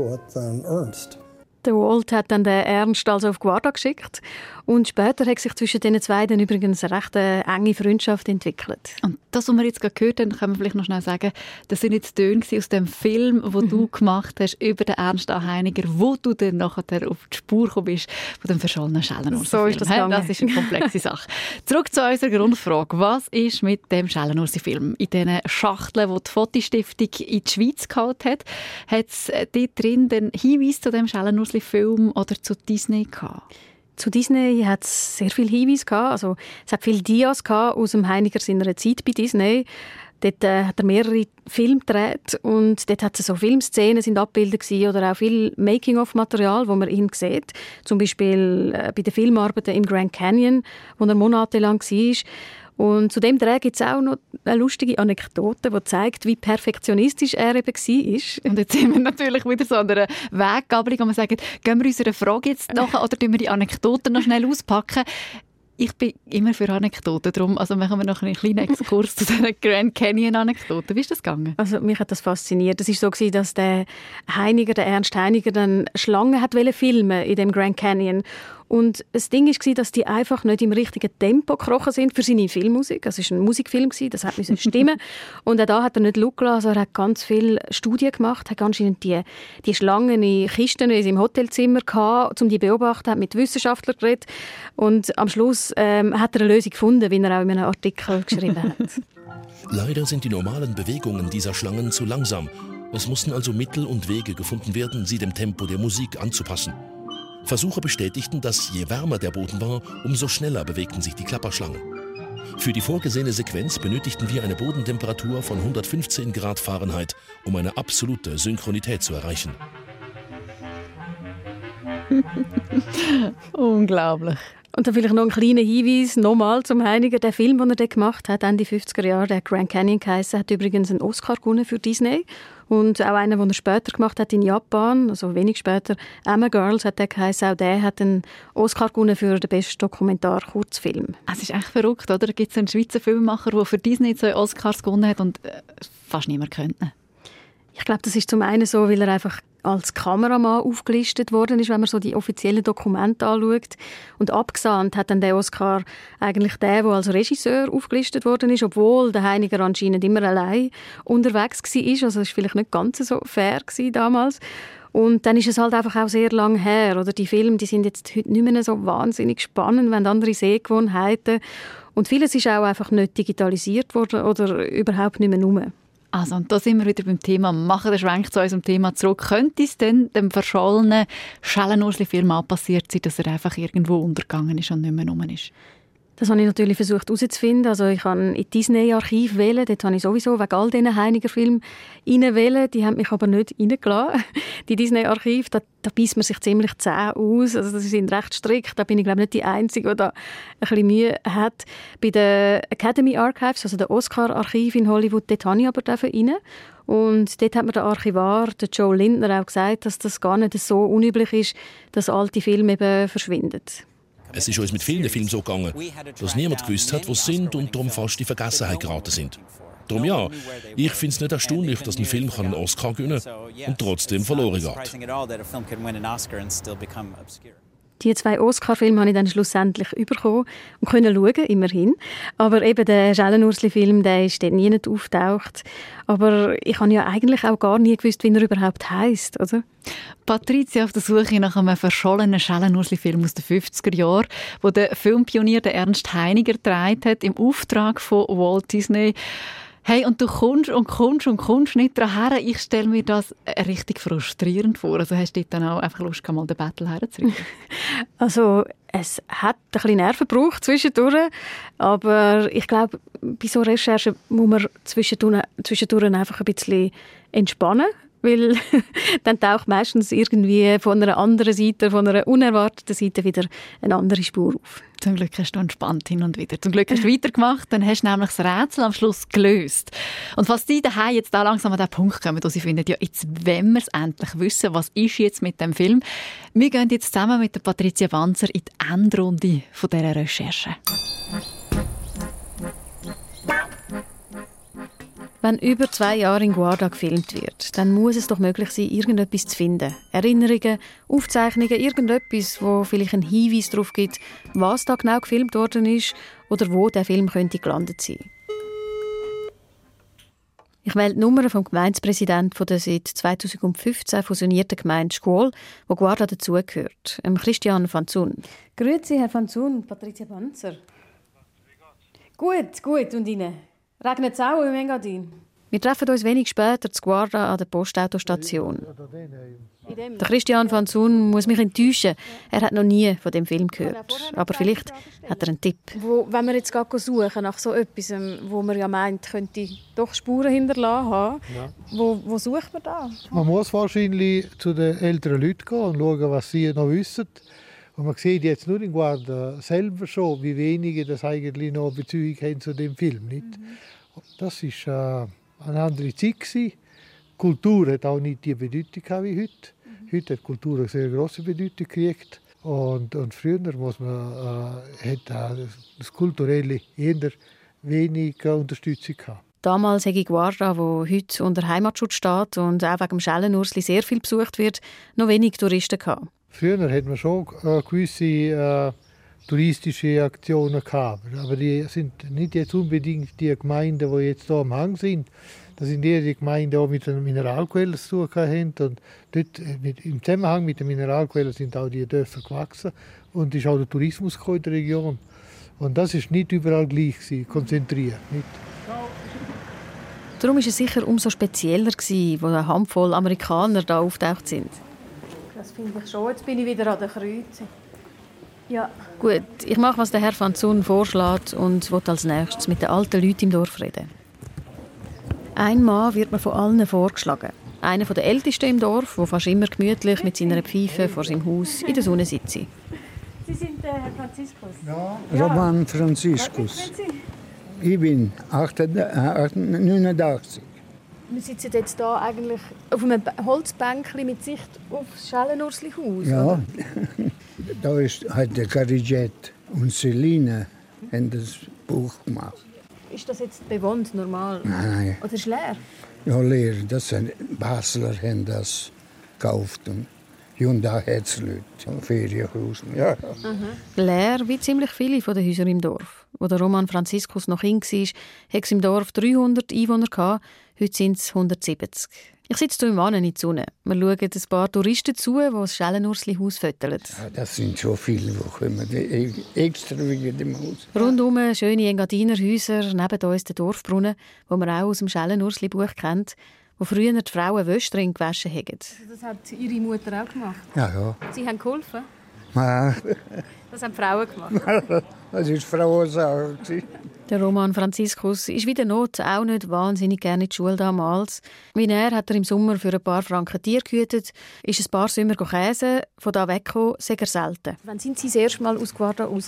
Der Walt hat dann den Ernst also auf Guarda geschickt und später hat sich zwischen den beiden übrigens eine recht enge Freundschaft entwickelt. Und das, was wir jetzt gerade gehört haben, können wir vielleicht noch schnell sagen, das sind jetzt Töne aus dem Film, den mhm. du gemacht hast über den Ernst A. Heiniger, wo du dann nachher auf die Spur gekommen bist von dem verschollenen Schellenursi. So ist das gegangen. Das ist eine komplexe Sache. Zurück zu unserer Grundfrage. Was ist mit dem Schellenursi-Film? In diesen Schachteln, die die Fotostiftung in die Schweiz geholt hat, hat es dort drin den Hinweis zu dem Schellenursi Schallenusli-Film oder zu Disney gehabt? Zu Disney hat es sehr viele Hinweise gehabt. Also, es hat viele Dias gehabt aus dem Heiniger seiner Zeit bei Disney. Dort äh, hat er mehrere Filme gedreht und dort hat es so Filmszenen sind abgebildet gewesen, oder auch viel Making-of-Material, wo man ihn sieht. Zum Beispiel äh, bei den Filmarbeiten im Grand Canyon, wo er monatelang war. Und zu dem Dreh gibt es auch noch eine lustige Anekdote, die zeigt, wie perfektionistisch er eben war. Und jetzt sind wir natürlich wieder so an einer Weggabelung, wo wir sagen, gehen wir unserer Frage jetzt nach oder tun wir die Anekdoten noch schnell auspacken? Ich bin immer für Anekdoten, darum also machen wir noch einen kleinen Exkurs zu dieser Grand Canyon-Anekdote. Wie ist das gegangen? Also mich hat das fasziniert. Es war so gewesen, dass der Heiniger, der Ernst Heiniger, dann Schlangen hat filmen in dem Grand Canyon. Und das Ding war, dass die einfach nicht im richtigen Tempo gekrochen sind für seine Filmmusik. Also es war ein Musikfilm, das hat müssen stimmen. Und auch da hat er nicht Glück gelassen. Also er hat ganz viele Studien gemacht, hat anscheinend die, die Schlangen in Kisten in seinem Hotelzimmer gehabt, um die zu beobachten, hat mit Wissenschaftlern geredet. Und am Schluss ähm, hat er eine Lösung gefunden, wie er auch in einem Artikel geschrieben hat. Leider sind die normalen Bewegungen dieser Schlangen zu langsam. Es mussten also Mittel und Wege gefunden werden, sie dem Tempo der Musik anzupassen. Versuche bestätigten, dass je wärmer der Boden war, umso schneller bewegten sich die Klapperschlangen. Für die vorgesehene Sequenz benötigten wir eine Bodentemperatur von hundertfünfzehn Grad Fahrenheit, um eine absolute Synchronität zu erreichen. Unglaublich. Und dann vielleicht noch ein kleiner Hinweis, nochmal zum Heiniger. Der Film, den er dort gemacht hat, Ende fünfziger Jahre, der Grand Canyon geheissen, hat übrigens einen Oscar gewonnen für Disney. Und auch einen, den er später gemacht hat in Japan, also wenig später, Emma Girls hat der geheissen, auch der hat einen Oscar gewonnen für den besten Dokumentar-Kurzfilm. Es ist echt verrückt, oder? Da gibt es einen Schweizer Filmemacher, der für Disney zwei Oscars gewonnen hat und äh, fast niemand könnte. Ich glaube, das ist zum einen so, weil er einfach als Kameramann aufgelistet worden ist, wenn man so die offiziellen Dokumente anschaut. Und abgesahnt hat dann der Oscar eigentlich der, der als Regisseur aufgelistet worden ist, obwohl der Heiniger anscheinend immer allein unterwegs war. Also das war vielleicht nicht ganz so fair damals. Und dann ist es halt einfach auch sehr lang her. Oder die Filme, die sind jetzt heute nicht mehr so wahnsinnig spannend, wenn andere Sehgewohnheiten. Und vieles ist auch einfach nicht digitalisiert worden oder überhaupt nicht mehr rum. Also, und da sind wir wieder beim Thema, machen den Schwenk zu unserem Thema zurück. Könnte es denn dem verschollenen Schellenusli-Film auch passiert sein, dass er einfach irgendwo untergegangen ist und nicht mehr rum ist? Das habe ich natürlich versucht herauszufinden. Also ich habe in Disney-Archiv wählen. Dort habe ich sowieso wegen all diesen Heiniger-Filmen reinwählen. Die haben mich aber nicht reingelassen. Die Disney-Archiv, da, da beißt man sich ziemlich zäh aus. Also sie sind recht strikt. Da bin ich glaube nicht die Einzige, die da ein bisschen Mühe hat. Bei den Academy Archives, also der Oscar-Archiv in Hollywood, dort habe ich aber rein. Und dort hat mir der Archivar, der Joe Lindner, auch gesagt, dass das gar nicht so unüblich ist, dass alte Filme eben verschwinden. Es ist uns mit vielen Filmen so gegangen, dass niemand gewusst hat, wo sie sind und darum fast in Vergessenheit geraten sind. Darum ja, ich finde es nicht erstaunlich, dass ein Film einen Oscar gewinnen kann und trotzdem verloren geht. Die zwei Oscar-Filme habe ich dann schlussendlich bekommen und können schauen, immerhin. Aber eben der Schellenusli-Film, der ist dort nie nicht auftaucht. Aber ich habe ja eigentlich auch gar nie gewusst, wie er überhaupt heisst, oder? Patricia auf der Suche nach einem verschollenen Schellenusli-Film aus den fünfziger Jahren, wo der Filmpionier der Ernst Heiniger gedreht hat, im Auftrag von Walt Disney. Hey, und du kommst und kommst und kommst nicht daran her. Ich stelle mir das richtig frustrierend vor. Also hast du dann auch einfach Lust, mal den Battle herzurücken? Also es hat ein bisschen Nerven gebraucht zwischendurch, aber ich glaube, bei so Recherchen muss man zwischendurch, zwischendurch einfach ein bisschen entspannen, weil dann taucht meistens irgendwie von einer anderen Seite, von einer unerwarteten Seite wieder eine andere Spur auf. Zum Glück hast du entspannt hin und wieder. Zum Glück hast du weitergemacht, dann hast du nämlich das Rätsel am Schluss gelöst. Und falls die daheim jetzt da langsam an den Punkt kommen, wo sie finden, ja, jetzt wollen wir es endlich wissen, was ist jetzt mit dem Film. Wir gehen jetzt zusammen mit der Patricia Banzer in die Endrunde von dieser Recherche. Wenn über zwei Jahre in Guarda gefilmt wird, dann muss es doch möglich sein, irgendetwas zu finden. Erinnerungen, Aufzeichnungen, irgendetwas, wo vielleicht einen Hinweis darauf gibt, was da genau gefilmt worden ist oder wo der Film könnte gelandet sein. Ich wähle die Nummer vom Gemeindepräsidenten von der seit zweitausendfünfzehn fusionierten Gemeinde Scuol, wo Guarda dazugehört, Christian Fanzun. Grüezi, Herr Fanzun, Patricia Banzer. Gut, gut, und Ihnen? Regnet es auch im Engadin? Wir treffen uns wenig später zu Guarda an der Postautostation. Der Christian van Zun muss mich enttäuschen. Er hat noch nie von dem Film gehört. Aber vielleicht hat er einen Tipp. Wo, wenn wir jetzt suchen nach so etwas, wo man ja meint, könnte doch Spuren hinterlassen haben, ja. wo, wo sucht man da? Man muss wahrscheinlich zu den älteren Leuten gehen und schauen, was sie noch wissen. Und man sieht jetzt nur in Guarda selber schon, wie wenige das eigentlich noch Bezug haben zu dem Film. Nicht? Mhm. Das war äh, eine andere Zeit gewesen. Kultur hat auch nicht die Bedeutung wie heute. Mhm. Heute hat Kultur eine sehr grosse Bedeutung gekriegt. Und, und früher muss man, äh, hat das Kulturelle eher wenig Unterstützung gehabt. Damals hätte Guarda, wo heute unter Heimatschutz steht und auch wegen dem Schellenursli sehr viel besucht wird, noch wenig Touristen gehabt. Früher hat man schon äh, gewisse äh, touristische Aktionen gehabt, aber die sind nicht jetzt unbedingt die Gemeinden, die jetzt hier am Hang sind. Das sind eher die Gemeinden, die mit den Mineralquellen zu tun haben. Und dort, mit, im Zusammenhang mit den Mineralquellen sind auch die Dörfer gewachsen und ist auch der Tourismus in der Region. Und das ist nicht überall gleich gewesen, konzentriert. Nicht. Darum war es sicher umso spezieller, als eine Handvoll Amerikaner da auftaucht sind. Das finde ich schon. Jetzt bin ich wieder an der Kreuzung. Ja. Gut, ich mache, was der Herr van Zun vorschlägt und will als nächstes mit den alten Leuten im Dorf reden. Ein Mann wird mir von allen vorgeschlagen. Einer der Ältesten im Dorf, der fast immer gemütlich mit seiner Pfeife vor seinem Haus in der Sonne sitzt. Sie sind der Herr Franziskus? Ja, Roman Franziskus. Ich bin neunundachtzig. Wir sitzen jetzt hier eigentlich auf einem Holzbänkchen mit Sicht auf das Schellenursli-Haus. Ja, oder? Da ist halt der Carigette und Celine haben das Buch gemacht. Ist das jetzt bewohnt, normal? Nein. Oder ist es leer? Ja, leer. Das sind Basler haben das gekauft und Hyundai Herzleute, Ferienhaus. Ja. Mhm. Leer wie ziemlich viele von den Häusern im Dorf. Als der Roman Franziskus noch Kind war, hatte es im Dorf dreihundert Einwohner. Heute sind es hundertsiebzig. Ich sitze hier im Wannen in die Sonne. Wir schauen ein paar Touristen zu, die das Schellenursli-Haus föteln. Ja, das sind schon viele, die kommen, extra wegen dem Haus. Rundum schöne Engadiner-Häuser, neben uns der Dorfbrunnen, den man auch aus dem Schellenursli-Buch kennt, wo früher die Frauen Wäsche drin gewaschen haben. Das hat Ihre Mutter auch gemacht? Ja, ja. Sie haben geholfen? Ja. Das haben die Frauen gemacht? Das war Frauensache. Der Roman Franziskus ist wie der Not auch nicht wahnsinnig gerne in die Schule damals. Wie er hat er im Sommer für ein paar Franken Tier gehütet, ist ein paar Sommer käse, von da weggekommen, sehr selten. Wann sind Sie das erste Mal aus Guarda raus?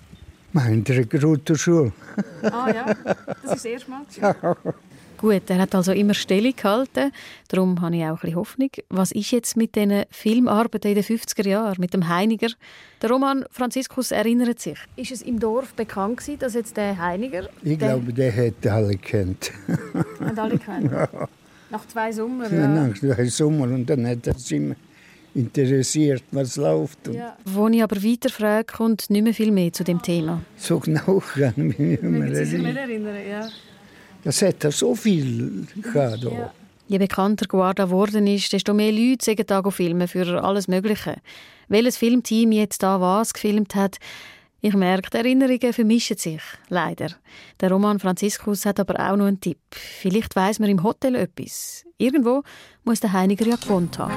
In der Grundschule. Ah ja, das ist das erste Mal? Ja. Gut, er hat also immer Stellung gehalten. Darum habe ich auch ein bisschen Hoffnung. Was ist jetzt mit diesen Filmarbeiten in den fünfziger Jahren, mit dem Heiniger? Der Roman Franziskus erinnert sich. Ist es im Dorf bekannt gewesen, dass jetzt der Heiniger... Ich der... glaube, der hätte alle gekannt. Hat alle gekannt? Ja. Nach zwei Sommern? Ja, nach zwei Sommern. Und dann hat er sich immer interessiert, was läuft. Ja. Als ich aber weiterfrage, kommt nicht mehr viel mehr zu dem Thema. So genau kann ich mich nicht mehr erinnern. Sie sich nicht erinnern, ja. Das hat er so viel gehabt. Ja. Je bekannter Guarda geworden ist, desto mehr Leute sagen da filmen für alles Mögliche. Welches Filmteam jetzt da was gefilmt hat, ich merke, die Erinnerungen vermischen sich, leider. Der Roman Franziskus hat aber auch noch einen Tipp. Vielleicht weiss man im Hotel etwas. Irgendwo muss der Heiniger ja gewohnt haben.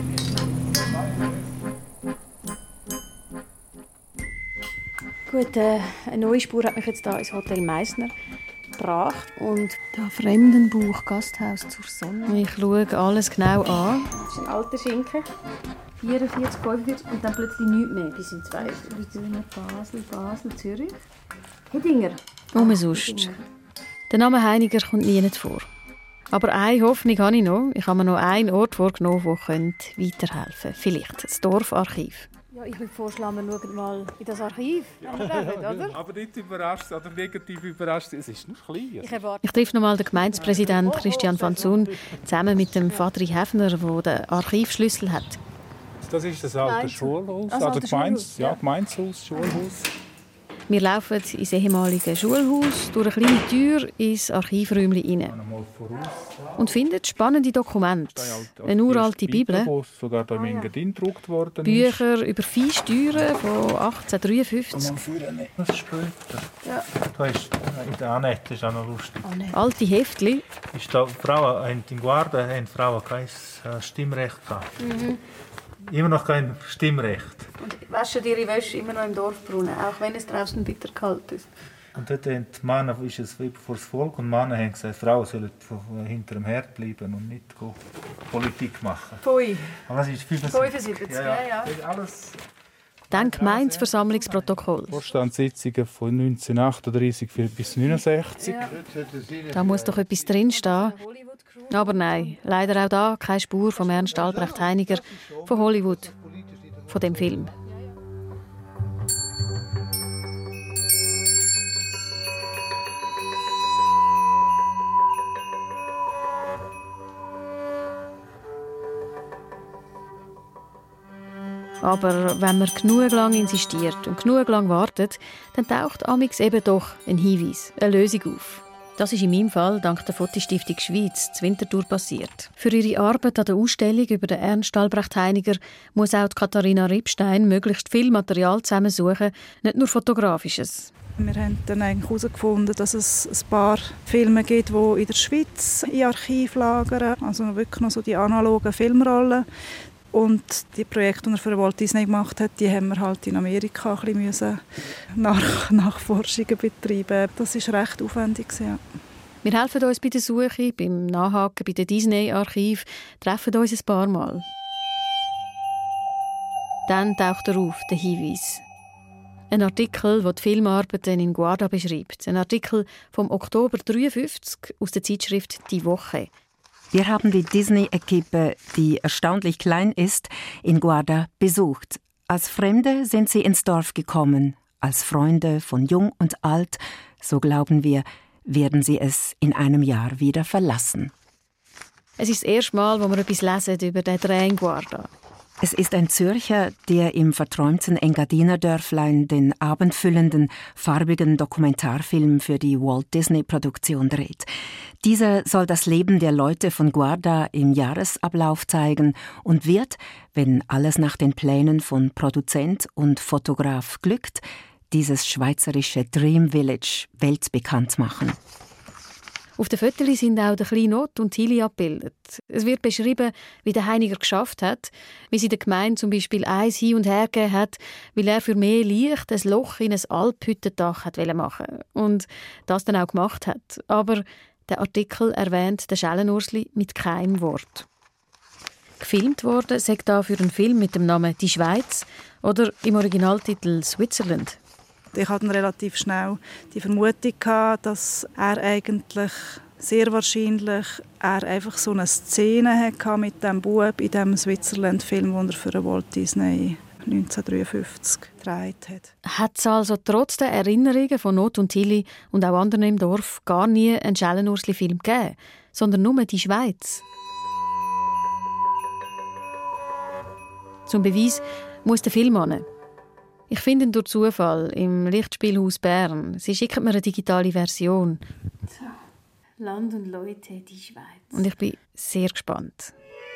Gut, äh, eine neue Spur hat mich jetzt da ins Hotel Meissner gebracht. Und da Fremdenbuch, Gasthaus zur Sonne. Ich schaue alles genau an. Das ist ein alter Schinken. vierundvierzig, fünfundvierzig und dann plötzlich nichts mehr. Bis in zwei. Basel, Basel, Zürich. Hedinger. Umsonst. Der Name Heiniger kommt nie nicht vor. Aber eine Hoffnung habe ich noch. Ich habe mir noch einen Ort vorgenommen, der weiterhelfen könnte. Vielleicht das Dorfarchiv. Ja, ich würde vorschlagen, wir schauen mal in das Archiv. Oder? Aber nicht überrascht oder negativ überrascht, es ist noch klein. Ich, ich treffe noch mal den Gemeindepräsidenten Christian van Zun zusammen mit dem Vater Häfner, der den Archivschlüssel hat. Das ist das alte Schulhaus, also Gemeins, ja, Gemeindehaus, Schulhaus. Wir laufen ins ehemalige Schulhaus, durch eine kleine Tür ins Archivräumchen hinein und finden spannende Dokumente. Eine uralte Bibel, sogar da im Engadin gedruckt worden Bücher über Viehsteuern von achtzehnhundertdreiundfünfzig. Das ist später. Ja. Da ist, in der Annette ist auch noch lustig. Alte Heftchen. Ist da Frauen, in Guarda haben Frauen kein Stimmrecht gehabt. Mhm. Immer noch kein Stimmrecht. Und waschen ihre Wäsche immer noch im Dorfbrunnen, auch wenn es draußen bitter kalt ist. Und dort haben die Männer, ist es vor das Volk, und die Männer haben gesagt, Frauen sollen hinter dem Herd bleiben und nicht Politik machen. Pfui. Aber das ist fünfundsiebzig. fünfundsiebzig, ja, ja. ja. Alles. Dann Gemeindeversammlungsprotokoll. Vorstandssitzungen von neunzehnhundertachtunddreißig bis neunundsechzig. Ja. Da muss doch etwas drinstehen. Aber nein, leider auch da keine Spur von Ernst Albrecht Heiniger von Hollywood, von dem Film. Aber wenn man genug lang insistiert und genug lang wartet, dann taucht amix eben doch ein Hinweis, eine Lösung auf. Das ist in meinem Fall dank der Fotostiftung Schweiz zur Winterthur passiert. Für ihre Arbeit an der Ausstellung über den Ernst Albrecht Heiniger muss auch Katharina Ripstein möglichst viel Material zusammensuchen, nicht nur Fotografisches. Wir haben dann eigentlich herausgefunden, dass es ein paar Filme gibt, die in der Schweiz in Archiv lagern, also wirklich noch so die analogen Filmrollen. Und die Projekte, die er für Walt Disney gemacht hat, die haben wir halt in Amerika ein bisschen nach Nachforschungen betreiben. Das war recht aufwendig. Ja. Wir helfen uns bei der Suche, beim Nachhaken bei den Disney-Archiv, treffen uns ein paar Mal. Dann taucht er auf, der Hinweis. Ein Artikel, der die Filmarbeiten in Guarda beschreibt. Ein Artikel vom Oktober neunzehnhundertdreiundfünfzig aus der Zeitschrift «Die Woche». Wir haben die Disney-Equipe, die erstaunlich klein ist, in Guarda besucht. Als Fremde sind sie ins Dorf gekommen. Als Freunde von Jung und Alt, so glauben wir, werden sie es in einem Jahr wieder verlassen. Es ist das erste Mal, wo wir etwas lesen über den Dreh in Guarda. Es ist ein Zürcher, der im verträumten Engadiner Dörflein den abendfüllenden, farbigen Dokumentarfilm für die Walt-Disney-Produktion dreht. Dieser soll das Leben der Leute von Guarda im Jahresablauf zeigen und wird, wenn alles nach den Plänen von Produzent und Fotograf glückt, dieses schweizerische Dream Village weltbekannt machen. Auf den Fotos sind auch der kleine Not und Tilly abgebildet. Es wird beschrieben, wie der Heiniger geschafft hat, wie sie der Gemeinde zum Beispiel eins hin und her gegeben hat, weil er für mehr Licht ein Loch in ein Alphüttendach machen wollte und das dann auch gemacht hat. Aber der Artikel erwähnt den Schellenursli mit keinem Wort. Gefilmt worden sei da für einen Film mit dem Namen «Die Schweiz» oder im Originaltitel «Switzerland». Ich hatte relativ schnell die Vermutung gehabt, dass er eigentlich sehr wahrscheinlich er einfach so eine Szene hatte mit dem Bub in dem Switzerland-Film, den er für Walt Disney neunzehnhundertdreiundfünfzig gedreht hat. Hat es also trotz der Erinnerungen von Not und Tilly und auch anderen im Dorf gar nie einen Schellenursli-Film gegeben, sondern nur «Die Schweiz»? Zum Beweis muss der Film an. Ich finde ihn durch Zufall im Lichtspielhaus Bern. Sie schicken mir eine digitale Version. So, Land und Leute, die Schweiz. Und ich bin sehr gespannt.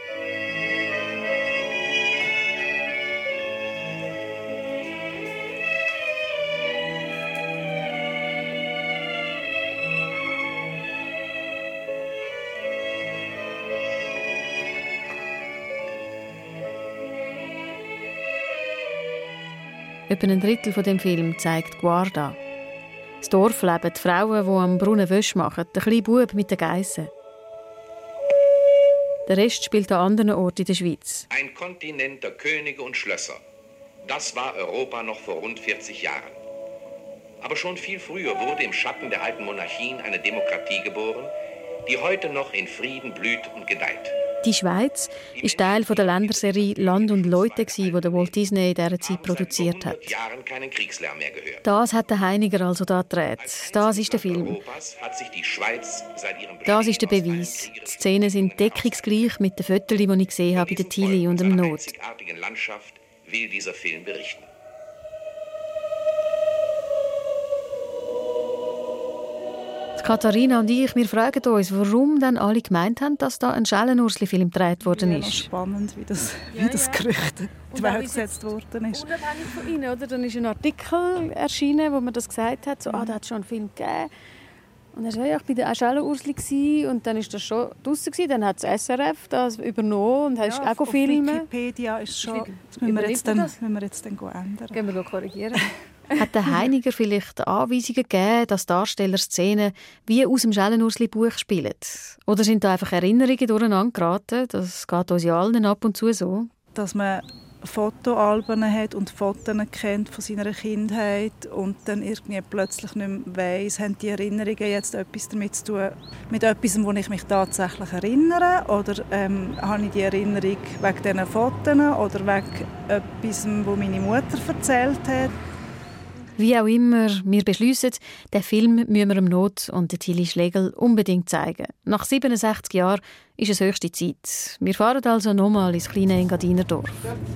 Etwa ein Drittel von dem Film zeigt Guarda. Das Dorfleben, die Frauen, die am Brunnen Wäsche machen, der kleine Bub mit den Geissen. Der Rest spielt an anderen Orten in der Schweiz. Ein Kontinent der Könige und Schlösser. Das war Europa noch vor rund vierzig Jahren. Aber schon viel früher wurde im Schatten der alten Monarchien eine Demokratie geboren, die heute noch in Frieden blüht und gedeiht. Die Schweiz war Teil der Länderserie «Land und Leute», die Walt Disney in dieser Zeit produziert hat. Das hat der Heiniger also da gedreht. Das ist der Film. Das ist der Beweis. Die Szenen sind deckungsgleich mit den Fotos, die ich gesehen habe bei der Tilly und dem Not. Landschaft will dieser Film berichten. Katharina und ich, wir fragen uns, warum dann alle gemeint haben, dass da ein Schellenursli-Film gedreht worden ist. Ja, spannend, wie das, wie das Gerücht in die Welt gesetzt worden ist. Unabhängig von Ihnen, oder? Dann ist ein Artikel erschienen, wo man das gesagt hat, so, ah, da hat es schon einen Film gegeben. Und dann war ja, ich bei der Schellenursli und dann war das schon draussen. Dann hat das S R F das übernommen und hast ja, auch filmen. Auf Wikipedia ist schon... Das müssen wir jetzt dann, das? müssen wir jetzt dann ändern. Gehen wir korrigieren. Hat der Heiniger vielleicht Anweisungen gegeben, dass Darsteller Szenen wie aus dem Schellenursli-Buch spielen? Oder sind da einfach Erinnerungen durcheinander geraten? Das geht uns ja allen ab und zu so. Dass man Fotoalben hat und Fotos kennt von seiner Kindheit und dann irgendwie plötzlich nicht mehr weiss, haben die Erinnerungen jetzt etwas damit zu tun, mit etwas, wo ich mich tatsächlich erinnere? Oder ähm, habe ich die Erinnerung wegen diesen Fotos oder wegen etwas, was meine Mutter erzählt hat? Wie auch immer, wir beschliessen, den Film müssen wir dem Not und der Tilly Schlegel unbedingt zeigen. Nach siebenundsechzig Jahren ist es höchste Zeit. Wir fahren also nochmal ins kleine Engadiner Dorf.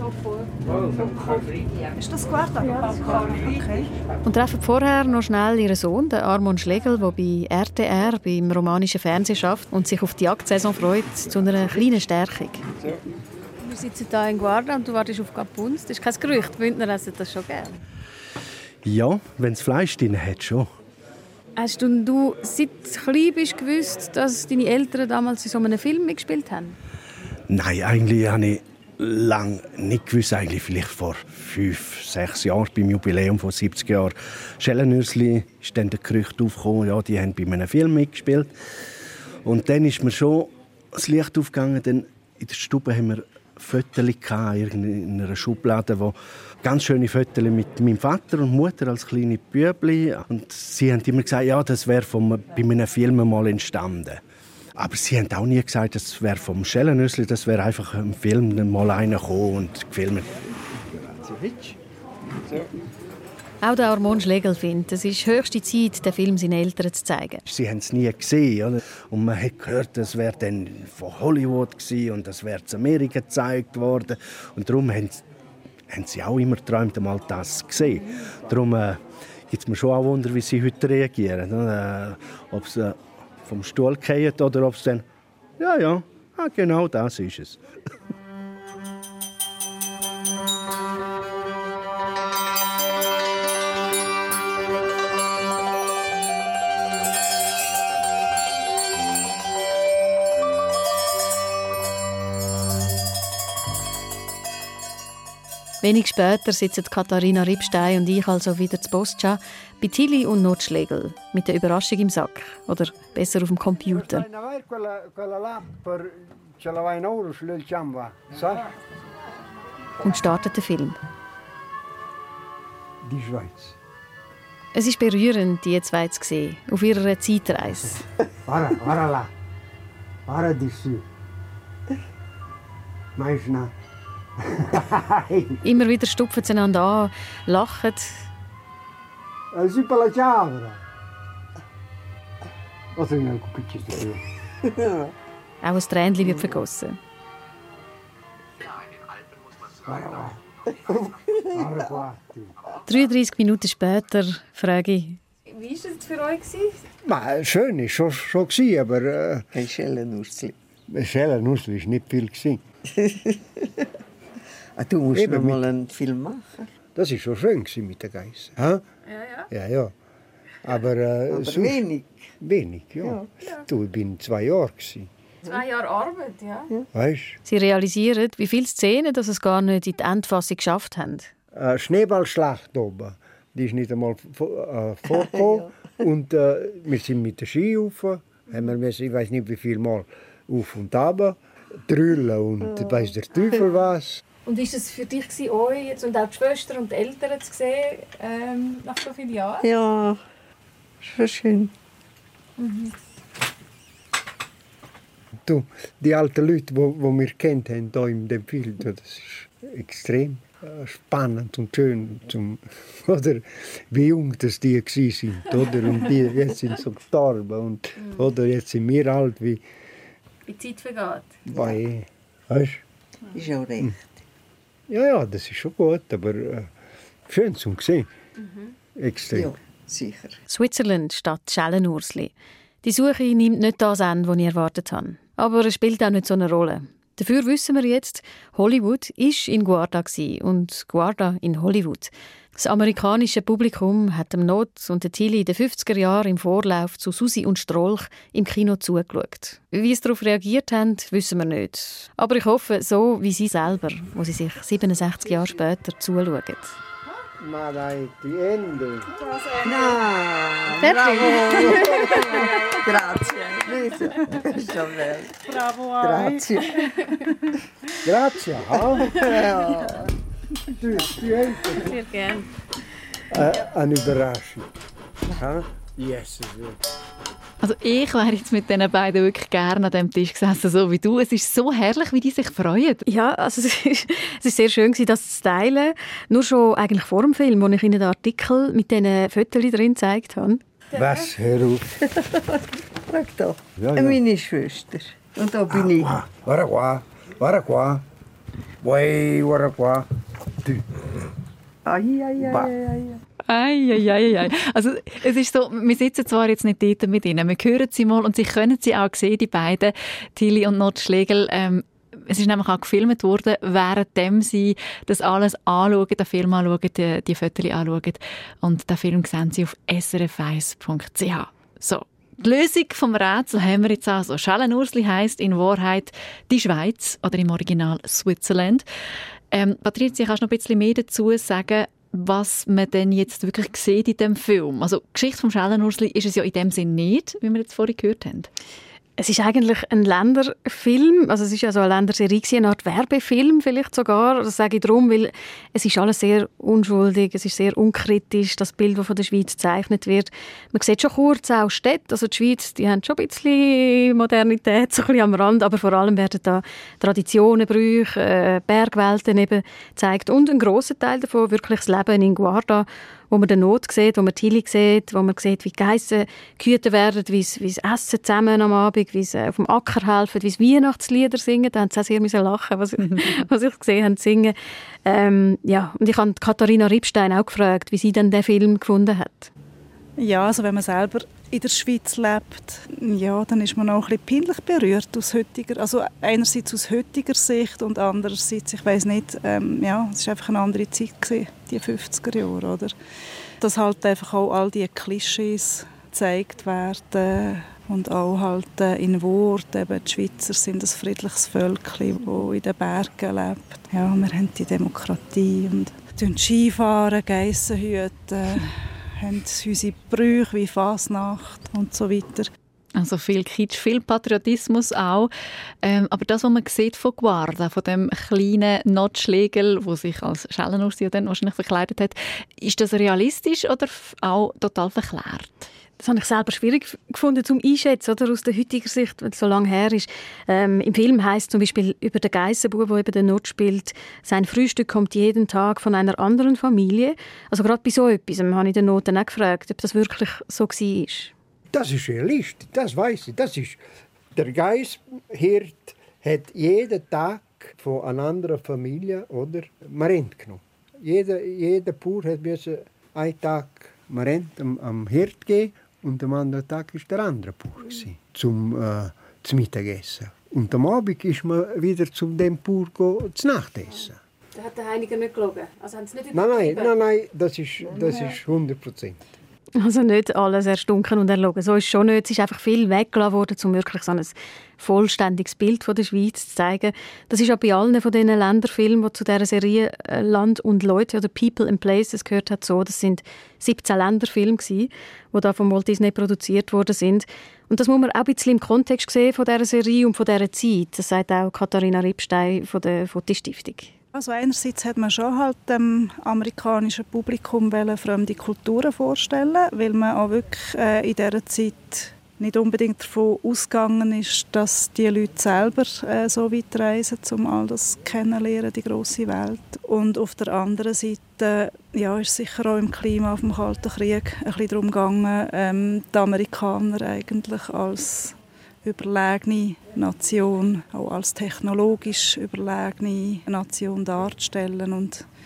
Ist das gut? Okay. Und treffen vorher noch schnell ihren Sohn, den Armon Schlegel, der bei R T R, beim romanischen Fernsehen arbeitet und sich auf die Jagdsaison freut, zu einer kleinen Stärkung. Wir sitzen hier in Guarda und du wartest auf Capunz. Das ist kein Gerücht, die Bündner essen das schon gerne. Ja, wenn es Fleisch drin hat, schon. Hast du, du seit du klein bist gewusst, dass deine Eltern damals in so einem Film mitgespielt haben? Nein, eigentlich habe ich lange nicht gewusst. Eigentlich vielleicht vor fünf, sechs Jahren, beim Jubiläum von siebzig Jahren. Schellenursli ist dann der Gerücht aufgekommen, ja, die haben bei einem Film mitgespielt. Und dann ist mir schon das Licht aufgegangen. Dann in der Stube haben wir Fotos in einer Schublade, wo ganz schöne Fotos mit meinem Vater und Mutter als kleine Bübli. Und sie haben immer gesagt, ja, das wäre bei einem Film mal entstanden. Aber sie haben auch nie gesagt, das wäre vom Schellenursli, das wäre einfach im Film dann mal einer gekommen und gefilmt. Auch der Armon Schlegel findet, es ist höchste Zeit, den Film seinen Eltern zu zeigen. Sie haben es nie gesehen, oder? Und man hat gehört, das wäre dann von Hollywood gewesen und das wäre in Amerika gezeigt worden. Und darum haben, haben sie auch immer geträumt, einmal das zu sehen. Darum äh, gibt es mir schon auch Wunder, wie sie heute reagieren. Äh, ob sie äh, vom Stuhl fallen oder ob sie dann, ja, ja, ah, genau das ist es. Wenig später sitzen Katharina Ripstein und ich also wieder zu Boscia bei Tilly und Notschlegel mit der Überraschung im Sack. Oder besser auf dem Computer. Und startet der Film. Die Schweiz. Es ist berührend, die zwei zu sehen, auf ihrer Zeitreise. Para, para lá. Para disso. Mais na. Immer wieder stupfen sie einander an, lachen. Sì, per la ciavra. Was ist ein bisschen Auch ein Tränchen wird vergossen. dreiunddreißig Minuten später frage ich, wie war es für euch? Ma, schön war schon, schon, aber... Äh, ein Schellenursli. Ein Schellenursli war nicht viel. Ah, du musst Eben noch mal einen Film machen. Das war schon schön mit den Geissen. Ja, ja. ja, ja. Aber, äh, Aber sonst, wenig. Wenig, ja. ja. Du, ich war zwei Jahre. Zwei Jahre Arbeit, ja. ja. Weißt? Sie realisieren, wie viele Szenen dass es gar nicht in die Endfassung geschafft haben. Eine Schneeballschlacht oben, die ist nicht einmal äh, vorgekommen. ja. Und äh, wir sind mit dem Ski rauf, haben wir, ich weiß nicht wie viel Mal, auf und runter, drüllen und oh. weiss der Teufel was. Und war es für dich, euch jetzt, und auch die Schwestern und die Eltern zu sehen, ähm, nach so vielen Jahren? Ja, schon schön. Mhm. Du, die alten Leute, die wir kennt haben hier in dem Film, das ist extrem spannend und schön. Zum, oder wie jung das die waren. Oder? Und die jetzt sind so gestorben. Und, mhm. Oder jetzt sind wir alt. Wie die Zeit vergeht. Bei, weißt du? Ist auch recht. Ja, ja, das ist schon gut, aber äh, schön zum sehen. Mhm. Extrem. Ja. sicher. Switzerland statt Schellenursli. Die Suche nimmt nicht das an, was ich erwartet habe. Aber es spielt auch nicht so eine Rolle. Dafür wissen wir jetzt, Hollywood war in Guarda und Guarda in Hollywood. Das amerikanische Publikum hat dem Not und der Tilly in den fünfziger Jahren im Vorlauf zu Susi und Strolch im Kino zugeschaut. Wie sie darauf reagiert haben, wissen wir nicht. Aber ich hoffe, so wie sie selber, wo sie sich siebenundsechzig Jahre später zuschauen. Ma dai, ti ende. No, bravo. Grazie. Bravo a Grazie. Grazie. Ja. Sehr gerne. Äh, eine Überraschung. Ja? Yes, Also ich wäre jetzt mit diesen beiden wirklich gerne an diesem Tisch gesessen, so wie du. Es ist so herrlich, wie die sich freuen. Ja, also es ist, es ist sehr schön, das zu teilen. Nur schon eigentlich vor dem Film, wo ich Ihnen den Artikel mit diesen Fotos drin gezeigt habe. Was? Hör auf. Schau da. Ja, ja. Meine Schwester. Und da bin ich. Ah, guarda qua. Guarda qua. Vuoi, guarda qua. Du. Ai, ai, ai, ai, ai. Ei, ei, ei, ei. Also es ist so, wir sitzen zwar jetzt nicht dort mit ihnen, wir hören sie mal und sie können sie auch sehen, die beiden, Tilly und Not Schlegel. Ähm, es ist nämlich auch gefilmt worden, währenddem sie das alles anschauen, den Film anschauen, die, die Fotos anschauen. Und den Film sehen sie auf s r f eins punkt c h. So. Die Lösung vom Rätsel haben wir jetzt also. Schellenursli heisst in Wahrheit die Schweiz oder im Original Switzerland. Ähm, Patrizia, kannst du noch ein bisschen mehr dazu sagen, was man denn jetzt wirklich sieht in diesem Film? Also die Geschichte vom Schellenursli ist es ja in dem Sinn nicht, wie wir jetzt vorhin gehört haben. Es ist eigentlich ein Länderfilm, also es ist ja so eine Länderserie, eine Art Werbefilm vielleicht sogar. Das sage ich darum, weil es ist alles sehr unschuldig, es ist sehr unkritisch, das Bild, das von der Schweiz gezeichnet wird. Man sieht schon kurz auch Städte, also die Schweiz, die haben schon ein bisschen Modernität, so ein bisschen am Rand, aber vor allem werden da Traditionen, Brüche, äh, Bergwelten eben gezeigt und ein grosser Teil davon wirklich das Leben in Guarda, wo man den Not sieht, wo man Tilly sieht, wo man sieht, wie die Geissen gehütet werden, wie sie, wie sie essen zusammen am Abend, wie sie auf dem Acker helfen, wie sie Weihnachtslieder singen. Da haben sie auch sehr müssen lachen, was, was ich gesehen habe, singen. Ähm, ja, und ich habe Katharina Riebstein auch gefragt, wie sie dann den Film gefunden hat. Ja, also wenn man selber in der Schweiz lebt, ja, dann ist man auch ein bisschen peinlich berührt aus heutiger, also einerseits aus heutiger Sicht und andererseits, ich weiss nicht, ähm, ja, es war einfach eine andere Zeit gewesen, die fünfziger Jahre, oder? Dass halt einfach auch all diese Klischees gezeigt werden und auch halt äh, in Worten, eben die Schweizer sind ein friedliches Völkchen, das in den Bergen lebt. Ja, wir haben die Demokratie und Skifahren, Geissen hüten, haben unsere Brüche wie Fasnacht und so weiter. Also viel Kitsch, viel Patriotismus auch. Ähm, aber das, was man sieht von Guarda, von dem kleinen Notschlegel, der sich als Schellenursli dann wahrscheinlich verkleidet hat, ist das realistisch oder auch total verklärt? Das habe ich selber schwierig gefunden zum Einschätzen, oder? Aus der heutigen Sicht, weil es so lange her ist. Ähm, Im Film heisst zum Beispiel über den Geissenbub, der eben den Not spielt, sein Frühstück kommt jeden Tag von einer anderen Familie. Also gerade bei so etwas habe ich den Not dann auch gefragt, ob das wirklich so war. Das ist realistisch, das weiss ich. Das ist, der Geisshirt hat jeden Tag von einer anderen Familie oder Marent genommen. Jeder, jeder Bauer musste einen Tag Marent am, am Hirt gehen. Und am anderen Tag war der andere Bauer zum, äh, zum Mittagessen. Und am Abend ist man wieder zu dem Bauer zu Nachtessen. Da hat der Heiniger nicht gelogen? Also haben sie nicht nein, nein, nein, nein, das ist, das ist hundert Prozent. Also nicht alles erstunken und erlogen. So ist es schon nicht. Es ist einfach viel weggelassen worden, um wirklich so ein vollständiges Bild von der Schweiz zu zeigen. Das ist auch bei allen von diesen Länderfilmen, die zu dieser Serie «Land und Leute» oder «People and Places» gehört hat, so. Das sind siebzehn Länderfilme, die da von Walt Disney produziert worden sind. Und das muss man auch ein bisschen im Kontext sehen von dieser Serie und von dieser Zeit. Das sagt auch Katharina Riebstein von der Foti-Stiftung. Also einerseits hat man schon halt dem amerikanischen Publikum fremde Kulturen vorstellen, weil man auch wirklich äh, in dieser Zeit nicht unbedingt davon ausgegangen ist, dass die Leute selber äh, so weit reisen, um all das kennenzulernen, die grosse Welt. Und auf der anderen Seite ja, ist sicher auch im Klima auf dem Kalten Krieg ein bisschen darum gegangen, ähm, die Amerikaner eigentlich als überlegene Nation, auch als technologisch überlegene Nation darzustellen und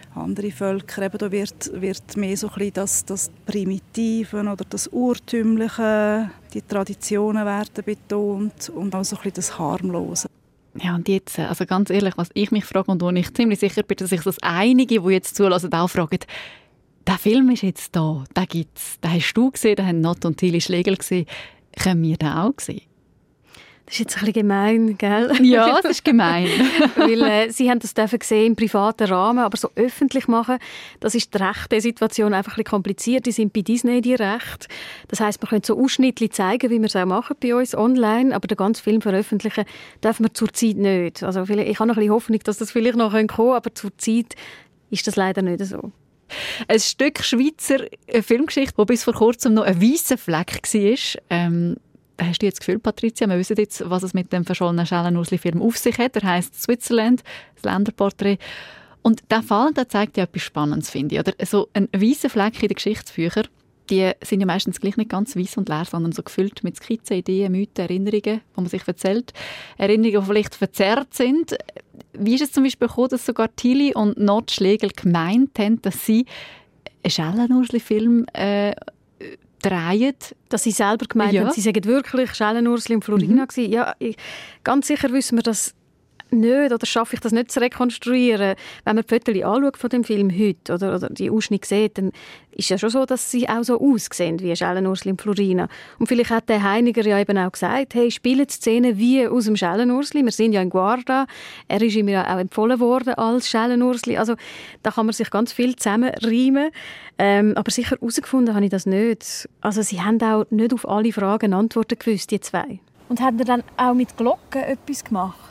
andere Völker. Eben, da wird, wird mehr so ein bisschen das, das Primitiven oder das Urtümliche, die Traditionen werden betont und auch so ein bisschen das Harmlose. Ja, und jetzt, also ganz ehrlich, was ich mich frage und wo ich ziemlich sicher bin, dass sich das einige, die jetzt zulassen, auch fragen, der Film ist jetzt da, den gibt es, den hast du gesehen, den haben Not und Tilly Schlegel gesehen, können wir den auch sehen? Das ist jetzt ein bisschen gemein, gell? Ja, das ist gemein. Weil äh, sie haben das dürfen gesehen im privaten Rahmen, aber so öffentlich machen, das ist die rechte Situation einfach ein bisschen kompliziert. Die sind bei Disney die Rechte. Das heisst, man könnte so Ausschnitte zeigen, wie wir es auch machen bei uns online, aber den ganzen Film veröffentlichen dürfen wir zurzeit nicht. Also ich habe noch ein bisschen Hoffnung, dass das vielleicht noch kommen könnte, aber zurzeit ist das leider nicht so. Ein Stück Schweizer Filmgeschichte, das bis vor kurzem noch ein weißer Fleck war. Ähm, hast du jetzt das Gefühl, Patricia, wir wissen jetzt, was es mit dem verschollenen Schellenursli-Film auf sich hat. Er heisst «Switzerland», das Länderporträt. Und der Fall der zeigt ja etwas Spannendes, finde ich. Oder so ein weißer Fleck in den Geschichtsbüchern, die sind ja meistens gleich nicht ganz weiss und leer, sondern so gefüllt mit Skizzen, Ideen, Mythen, Erinnerungen, die man sich erzählt. Erinnerungen, die vielleicht verzerrt sind. Wie ist es zum Beispiel gekommen, dass sogar Tilly und Not Schlegel gemeint haben, dass sie einen Schellenursli-Film äh, drehen? Dass sie selber gemeint ja. haben, sie sagen wirklich Schellenursli und Florina mhm. gewesen. Ja, ich, ganz sicher wissen wir das nicht, oder schaffe ich das nicht zu rekonstruieren. Wenn man die Fotos anschaut von dem Film heute oder, oder die Ausschnitte sieht, dann ist es ja schon so, dass sie auch so aussehen wie Schellenursli und Florina. Und vielleicht hat der Heiniger ja eben auch gesagt, hey, spielen die Szenen wie aus dem Schellenursli. Wir sind ja in Guarda. Er ist ihm ja auch empfohlen worden als Schellenursli. Also da kann man sich ganz viel zusammenreimen. Ähm, aber sicher herausgefunden habe ich das nicht. Also sie haben auch nicht auf alle Fragen Antworten gewusst, die zwei. Und haben ihr dann auch mit Glocken etwas gemacht?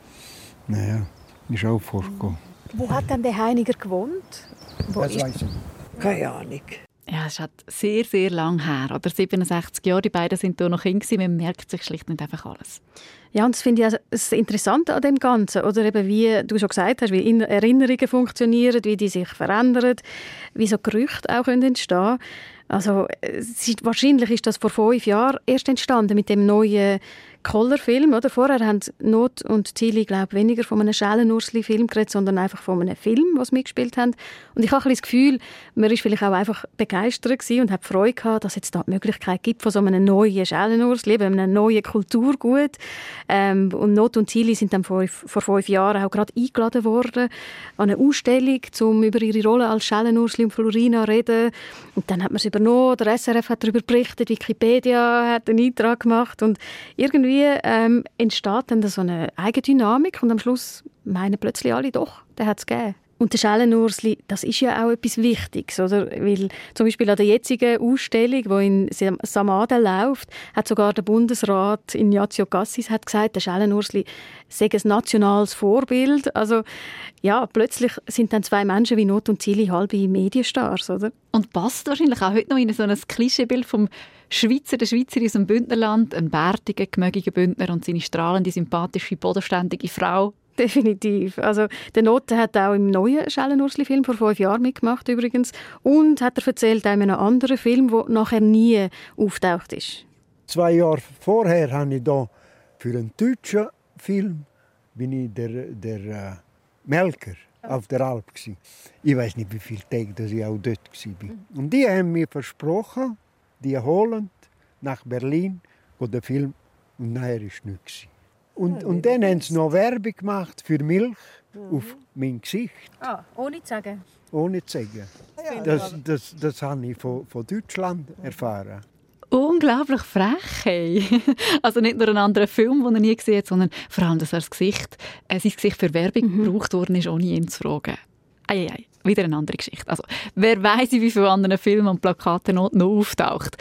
Naja, ist auch vorgekommen. Wo hat denn der Heiniger gewohnt? Wo das weiss ich. Keine Ahnung. Ja, es ist halt sehr, sehr lang her. Oder siebenundsechzig Jahre, die beiden sind da noch Kinder. Man merkt sich schlicht nicht einfach alles. Ja, und das finde ich also das Interessante an dem Ganzen. Oder eben, wie du schon gesagt hast, wie Erinnerungen funktionieren, wie die sich verändern, wie so Gerüchte auch entstehen können. Also, wahrscheinlich ist das vor fünf Jahren erst entstanden mit dem neuen Koller-Film. Oder? Vorher haben Not und Tilly, glaube ich, weniger von einem Schellenursli-Film geredet, sondern einfach von einem Film, was sie mitgespielt haben. Und ich habe ein bisschen das Gefühl, man war vielleicht auch einfach begeistert gewesen und hat Freude gehabt, dass es jetzt da die Möglichkeit gibt von so einem neuen Schellenursli, einem neuen Kulturgut. Ähm, und Not und Tilly sind dann vor, vor fünf Jahren auch gerade eingeladen worden an eine Ausstellung, um über ihre Rolle als Schellenursli und Florina zu reden. Und dann hat man es übernommen, der S R F hat darüber berichtet, Wikipedia hat einen Eintrag gemacht und irgendwie ähm, entsteht dann so eine Eigendynamik und am Schluss meinen plötzlich alle, doch, der hat es gegeben. Und der Schellenursli, das ist ja auch etwas Wichtiges, oder? Weil zum Beispiel an der jetzigen Ausstellung, die in Samaden läuft, hat sogar der Bundesrat Ignazio Cassis hat gesagt, der Schellenursli sei ein nationales Vorbild. Also ja, plötzlich sind dann zwei Menschen wie Not und Tilly halbe Medienstars, oder? Und passt wahrscheinlich auch heute noch in so ein Klischeebild vom Schweizer, der Schweizer in unserem Bündnerland, ein bärtiger, gemögiger Bündner und seine strahlende, sympathische, bodenständige Frau. Definitiv. Also, der Note hat auch im neuen Schellenursli-Film vor fünf Jahren mitgemacht übrigens und hat er erzählt auch in einem anderen Film, der nachher nie auftaucht ist. Zwei Jahre vorher habe ich da für einen deutschen Film bin ich der, der äh, Melker auf der Alp gsi. Ich weiß nicht, wie viele Tage dass ich auch dort war. Und die haben mir versprochen, die holen nach Berlin den Film und nachher war es nichts. Und, ja, und dann haben sie noch Werbung gemacht für Milch ja. auf mein Gesicht. Ah, ohne zu sagen? Ohne zu sagen. Ja, das, das, das habe ich von, von Deutschland erfahren. Unglaublich frech. Hey. Also nicht nur einen anderen Film, den er nie gesehen hat, sondern vor allem, dass er das Gesicht, äh, sein Gesicht für Werbung mhm. gebraucht worden ist, ohne ihn zu fragen. Ei, ei, ei. Wieder eine andere Geschichte. Also, wer weiss, wie viele andere Filme und Plakate noch, noch auftaucht.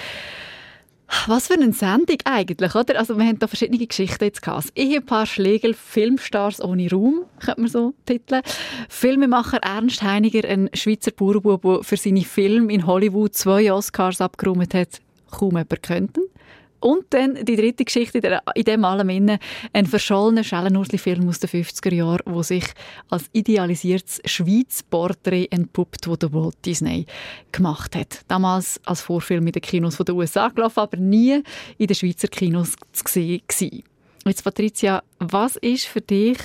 Was für eine Sendung eigentlich, oder? Also wir haben da verschiedene Geschichten jetzt gehabt. Das Ehepaar Schlegel, Filmstars ohne Ruhm, könnte man so titeln. Filmemacher Ernst Heiniger, ein Schweizer Bauernbub, der für seine Filme in Hollywood zwei Oscars abgeräumt hat, kaum jemand könnten. Und dann die dritte Geschichte in dem allem innen, ein verschollener Schellenursli-Film aus den fünfziger Jahren, der sich als idealisiertes Schweiz-Porträt entpuppt, das Walt Disney gemacht hat. Damals als Vorfilm in den Kinos der U S A gelaufen, aber nie in den Schweizer Kinos zu sehen war. Jetzt, Patricia, was ist für dich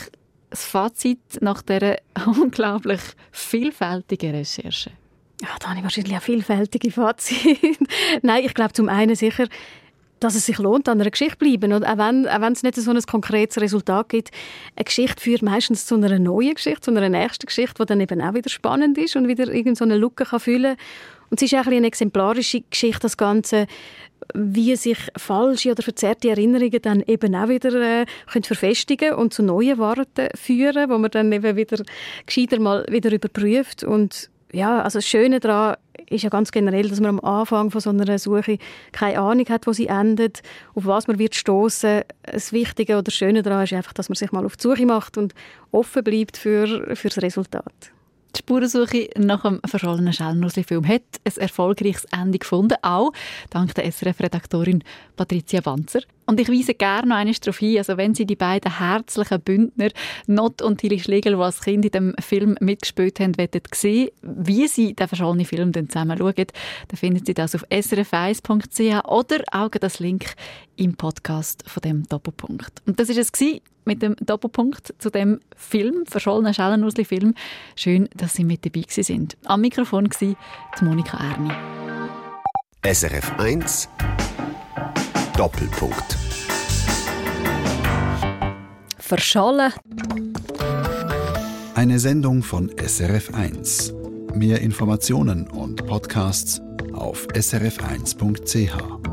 das Fazit nach dieser unglaublich vielfältigen Recherche? Ja, da habe ich wahrscheinlich auch vielfältige Fazit. Nein, ich glaube zum einen sicher, dass es sich lohnt, an einer Geschichte zu bleiben. Und auch wenn, auch wenn es nicht so ein konkretes Resultat gibt, eine Geschichte führt meistens zu einer neuen Geschichte, zu einer nächsten Geschichte, die dann eben auch wieder spannend ist und wieder irgendeine Lücke kann füllen kann. Und es ist auch ein eine exemplarische Geschichte, das Ganze, wie sich falsche oder verzerrte Erinnerungen dann eben auch wieder äh, können verfestigen und zu neuen Worten führen, wo man dann eben wieder gescheiter mal wieder überprüft. Und ja, also das Schöne daran ist ja ganz generell, dass man am Anfang von so einer Suche keine Ahnung hat, wo sie endet, auf was man wird stoßen. Das Wichtige oder das Schöne daran ist einfach, dass man sich mal auf die Suche macht und offen bleibt für, für das Resultat. Die Spurensuche nach dem verschollenen Schellenusli-Film hat ein erfolgreiches Ende gefunden, auch dank der S R F-Redaktorin Patricia Banzer. Und ich weise gerne noch einmal darauf hin, also wenn Sie die beiden herzlichen Bündner Not und Tilly Schlegel, die als Kind in dem Film mitgespielt haben, sehen, wie sie den verschollenen Film dann zusammen schauen, dann finden Sie das auf s r f eins punkt c h oder auch das Link im Podcast von dem Doppelpunkt. Und das war es mit dem Doppelpunkt zu dem Film, verschollener Schellenusli-Film. Schön, dass Sie mit dabei waren. Am Mikrofon war die Monika Erni. S R F eins Doppelpunkt. Verschollen. Eine Sendung von S R F eins. Mehr Informationen und Podcasts auf s r f eins punkt c h.